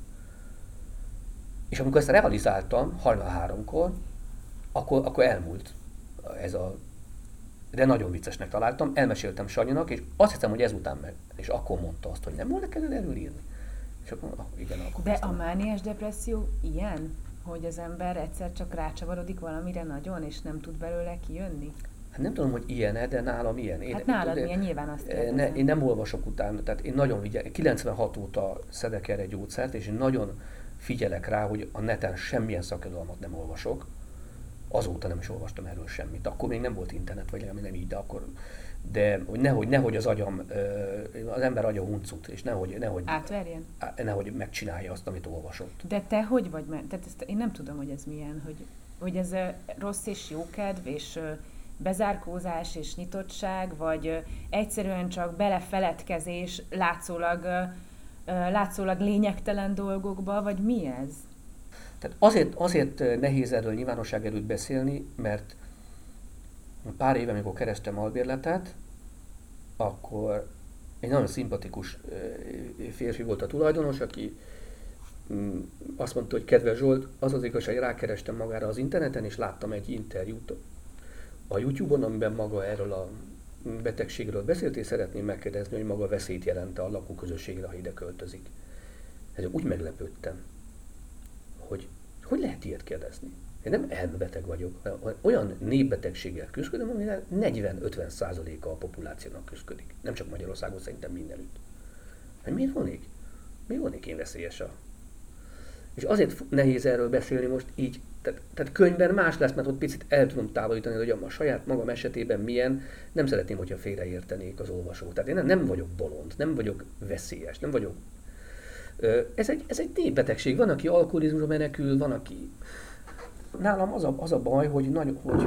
És amikor ezt realizáltam, hajnal háromkor, akkor, akkor elmúlt ez a... De nagyon viccesnek találtam, elmeséltem Sanyinak, és azt hiszem, hogy ezután meg. És akkor mondta azt, hogy nem volna kellene erről írni. És akkor, ah, igen, akkor De kezdtem. a mániás depresszió ilyen? Hogy az ember egyszer csak rácsavarodik valamire nagyon, és nem tud belőle kijönni? Hát nem tudom, hogy ilyen-e, de nálam ilyen. Én, Hát nálad de, milyen, nyilván azt ne, kérdezem. Én nem olvasok utána, tehát én nagyon vigyel, kilencvenhat óta szedek erre gyógyszert, és én nagyon figyelek rá, hogy a neten semmilyen szakirodalmat nem olvasok. Azóta nem is olvastam erről semmit. Akkor még nem volt internet, vagy ami nem így, de akkor... De hogy nehogy, nehogy az agyam, az ember agya huncut, és nehogy, nehogy, Átverjen? nehogy megcsinálja azt, amit olvasott. De te hogy vagy? Mert tehát ezt, én nem tudom, hogy ez milyen, hogy, hogy ez ö, rossz és jókedv, és ö, bezárkózás és nyitottság, vagy ö, egyszerűen csak belefeledkezés látszólag, ö, ö, látszólag lényegtelen dolgokba, vagy mi ez? Tehát azért, azért nehéz erről nyilvánosság előtt beszélni, mert pár éve, amikor kerestem albérletet, akkor egy nagyon szimpatikus férfi volt a tulajdonos, aki azt mondta, hogy kedves Zsolt, az az igazság, hogy rákerestem magára az interneten, és láttam egy interjút a YouTube-on, amiben maga erről a betegségről beszélt, és szeretném megkérdezni, hogy maga veszélyt jelente a lakóközösségre, ha ide költözik. Ez úgy meglepődtem, hogy hogy lehet ilyet kérdezni? Én nem elmebeteg vagyok, olyan népbetegséggel küzdködöm, amire negyven-ötven százaléka a populációnak küzdködik. Nem csak Magyarországon, szerintem mindenütt. Hát miért vonék? Miért vonék én veszélyes a... És azért nehéz erről beszélni most így, tehát, tehát könyvben más lesz, mert ott picit el tudom távolítani, hogy a saját magam esetében milyen, nem szeretném, hogyha félreértenék az olvasók. Tehát én nem, nem vagyok bolond, nem vagyok veszélyes, nem vagyok... Ez egy, ez egy népbetegség. Van, aki alkoholizmusra menekül, van, aki... Nálam az a, az a baj, hogy, nagy, hogy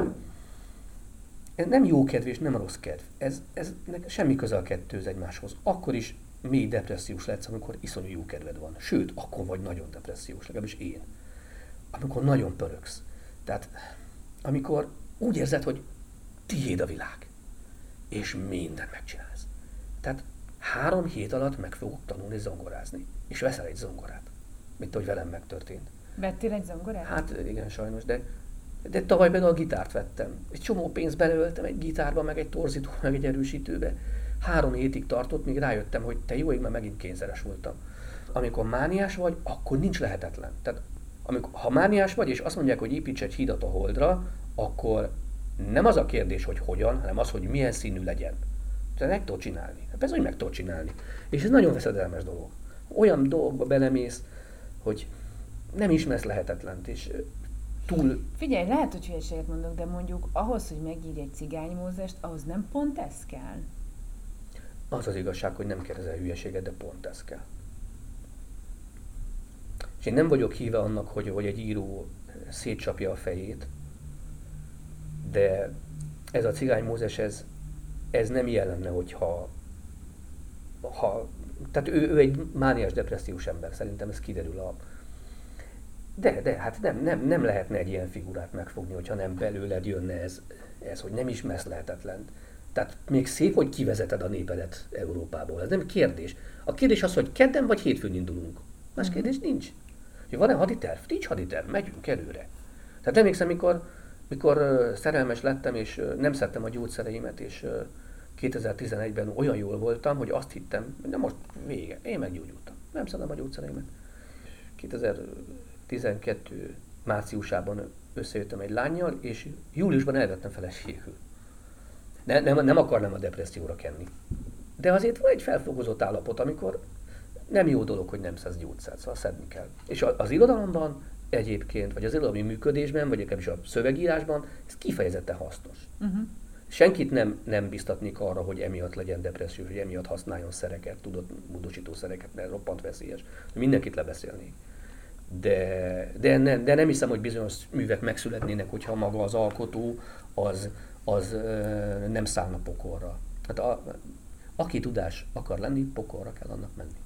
ez nem jó kedv és nem rossz kedv. Ez, ez semmi köze a kettőz egymáshoz. Akkor is mély depressziós lehetsz, amikor iszonyú jó kedved van. Sőt, akkor vagy nagyon depressziós, legalábbis én. Amikor nagyon pöröksz. Tehát amikor úgy érzed, hogy tiéd a világ. És mindent megcsinálsz. Tehát három hét alatt meg fogok tanulni zongorázni. És veszel egy zongorát. Mint ahogy velem megtörtént. Vettél egy zongorát? Hát igen, sajnos, de, de tavaly például a gitárt vettem. Egy csomó pénzt belöltem egy gitárba, meg egy torzító, meg egy erősítőbe. Három hétig tartott, míg rájöttem, hogy te jó ég, már megint kényszeres voltam. Amikor mániás vagy, akkor nincs lehetetlen. Tehát amikor, ha mániás vagy, és azt mondják, hogy építs egy hidat a Holdra, akkor nem az a kérdés, hogy hogyan, hanem az, hogy milyen színű legyen. Tehát meg tudod csinálni. Hát persze, hogy meg tudod csinálni. És ez nagyon veszedelmes dolog. Olyan dolgokba belemész, hogy nem ismersz lehetetlent, és túl... Figyelj, lehet, hogy hülyeséget mondok, de mondjuk ahhoz, hogy megírj egy Cigány Mózest, ahhoz nem pont ez kell? Az az igazság, hogy nem kérdezel hülyeséget, de pont ez kell. És én nem vagyok híve annak, hogy, hogy egy író szétcsapja a fejét, de ez a Cigány Mózes, ez, ez nem ilyen lenne, hogyha... Ha, tehát ő, ő egy mániás depressziós ember, szerintem ez kiderül a... De, de, hát nem, nem, nem lehetne egy ilyen figurát megfogni, hogyha nem belőled jönne ez, ez, hogy nem ismersz lehetetlent. Tehát még szép, hogy kivezeted a népedet Európából. Ez nem kérdés. A kérdés az, hogy kedden vagy hétfőn indulunk. Más kérdés nincs. Hogy van-e haditerv? Nincs haditerv, megyünk előre. Tehát emlékszem, mikor, mikor uh, szerelmes lettem, és uh, nem szedtem a gyógyszereimet, és uh, kétezer-tizenegyben olyan jól voltam, hogy azt hittem, hogy na most vége, én meggyógyultam. Nem szedem a gyógyszereimet. kétezer-tizenkettő márciusában összejöttem egy lánnyal, és júliusban elvettem feleségül. Ne, nem, nem akarnám a depresszióra kenni. De azért van egy felfogozott állapot, amikor nem jó dolog, hogy nem szedsz gyógyszert, szóval szedni kell. És az irodalomban egyébként, vagy az irodalmi működésben, vagy akár is a szövegírásban, ez kifejezetten hasznos. Uh-huh. Senkit nem, nem biztatnék arra, hogy emiatt legyen depresszió, hogy emiatt használjon szereket, tudatmódosító szereket, mert roppant veszélyes. Mindenkit lebeszélnék. De, de, ne, de nem hiszem, hogy bizonyos művek megszületnének, hogyha maga az alkotó az, az ö, nem szállna pokolra. Hát a, aki tudás akar lenni, pokolra kell annak menni.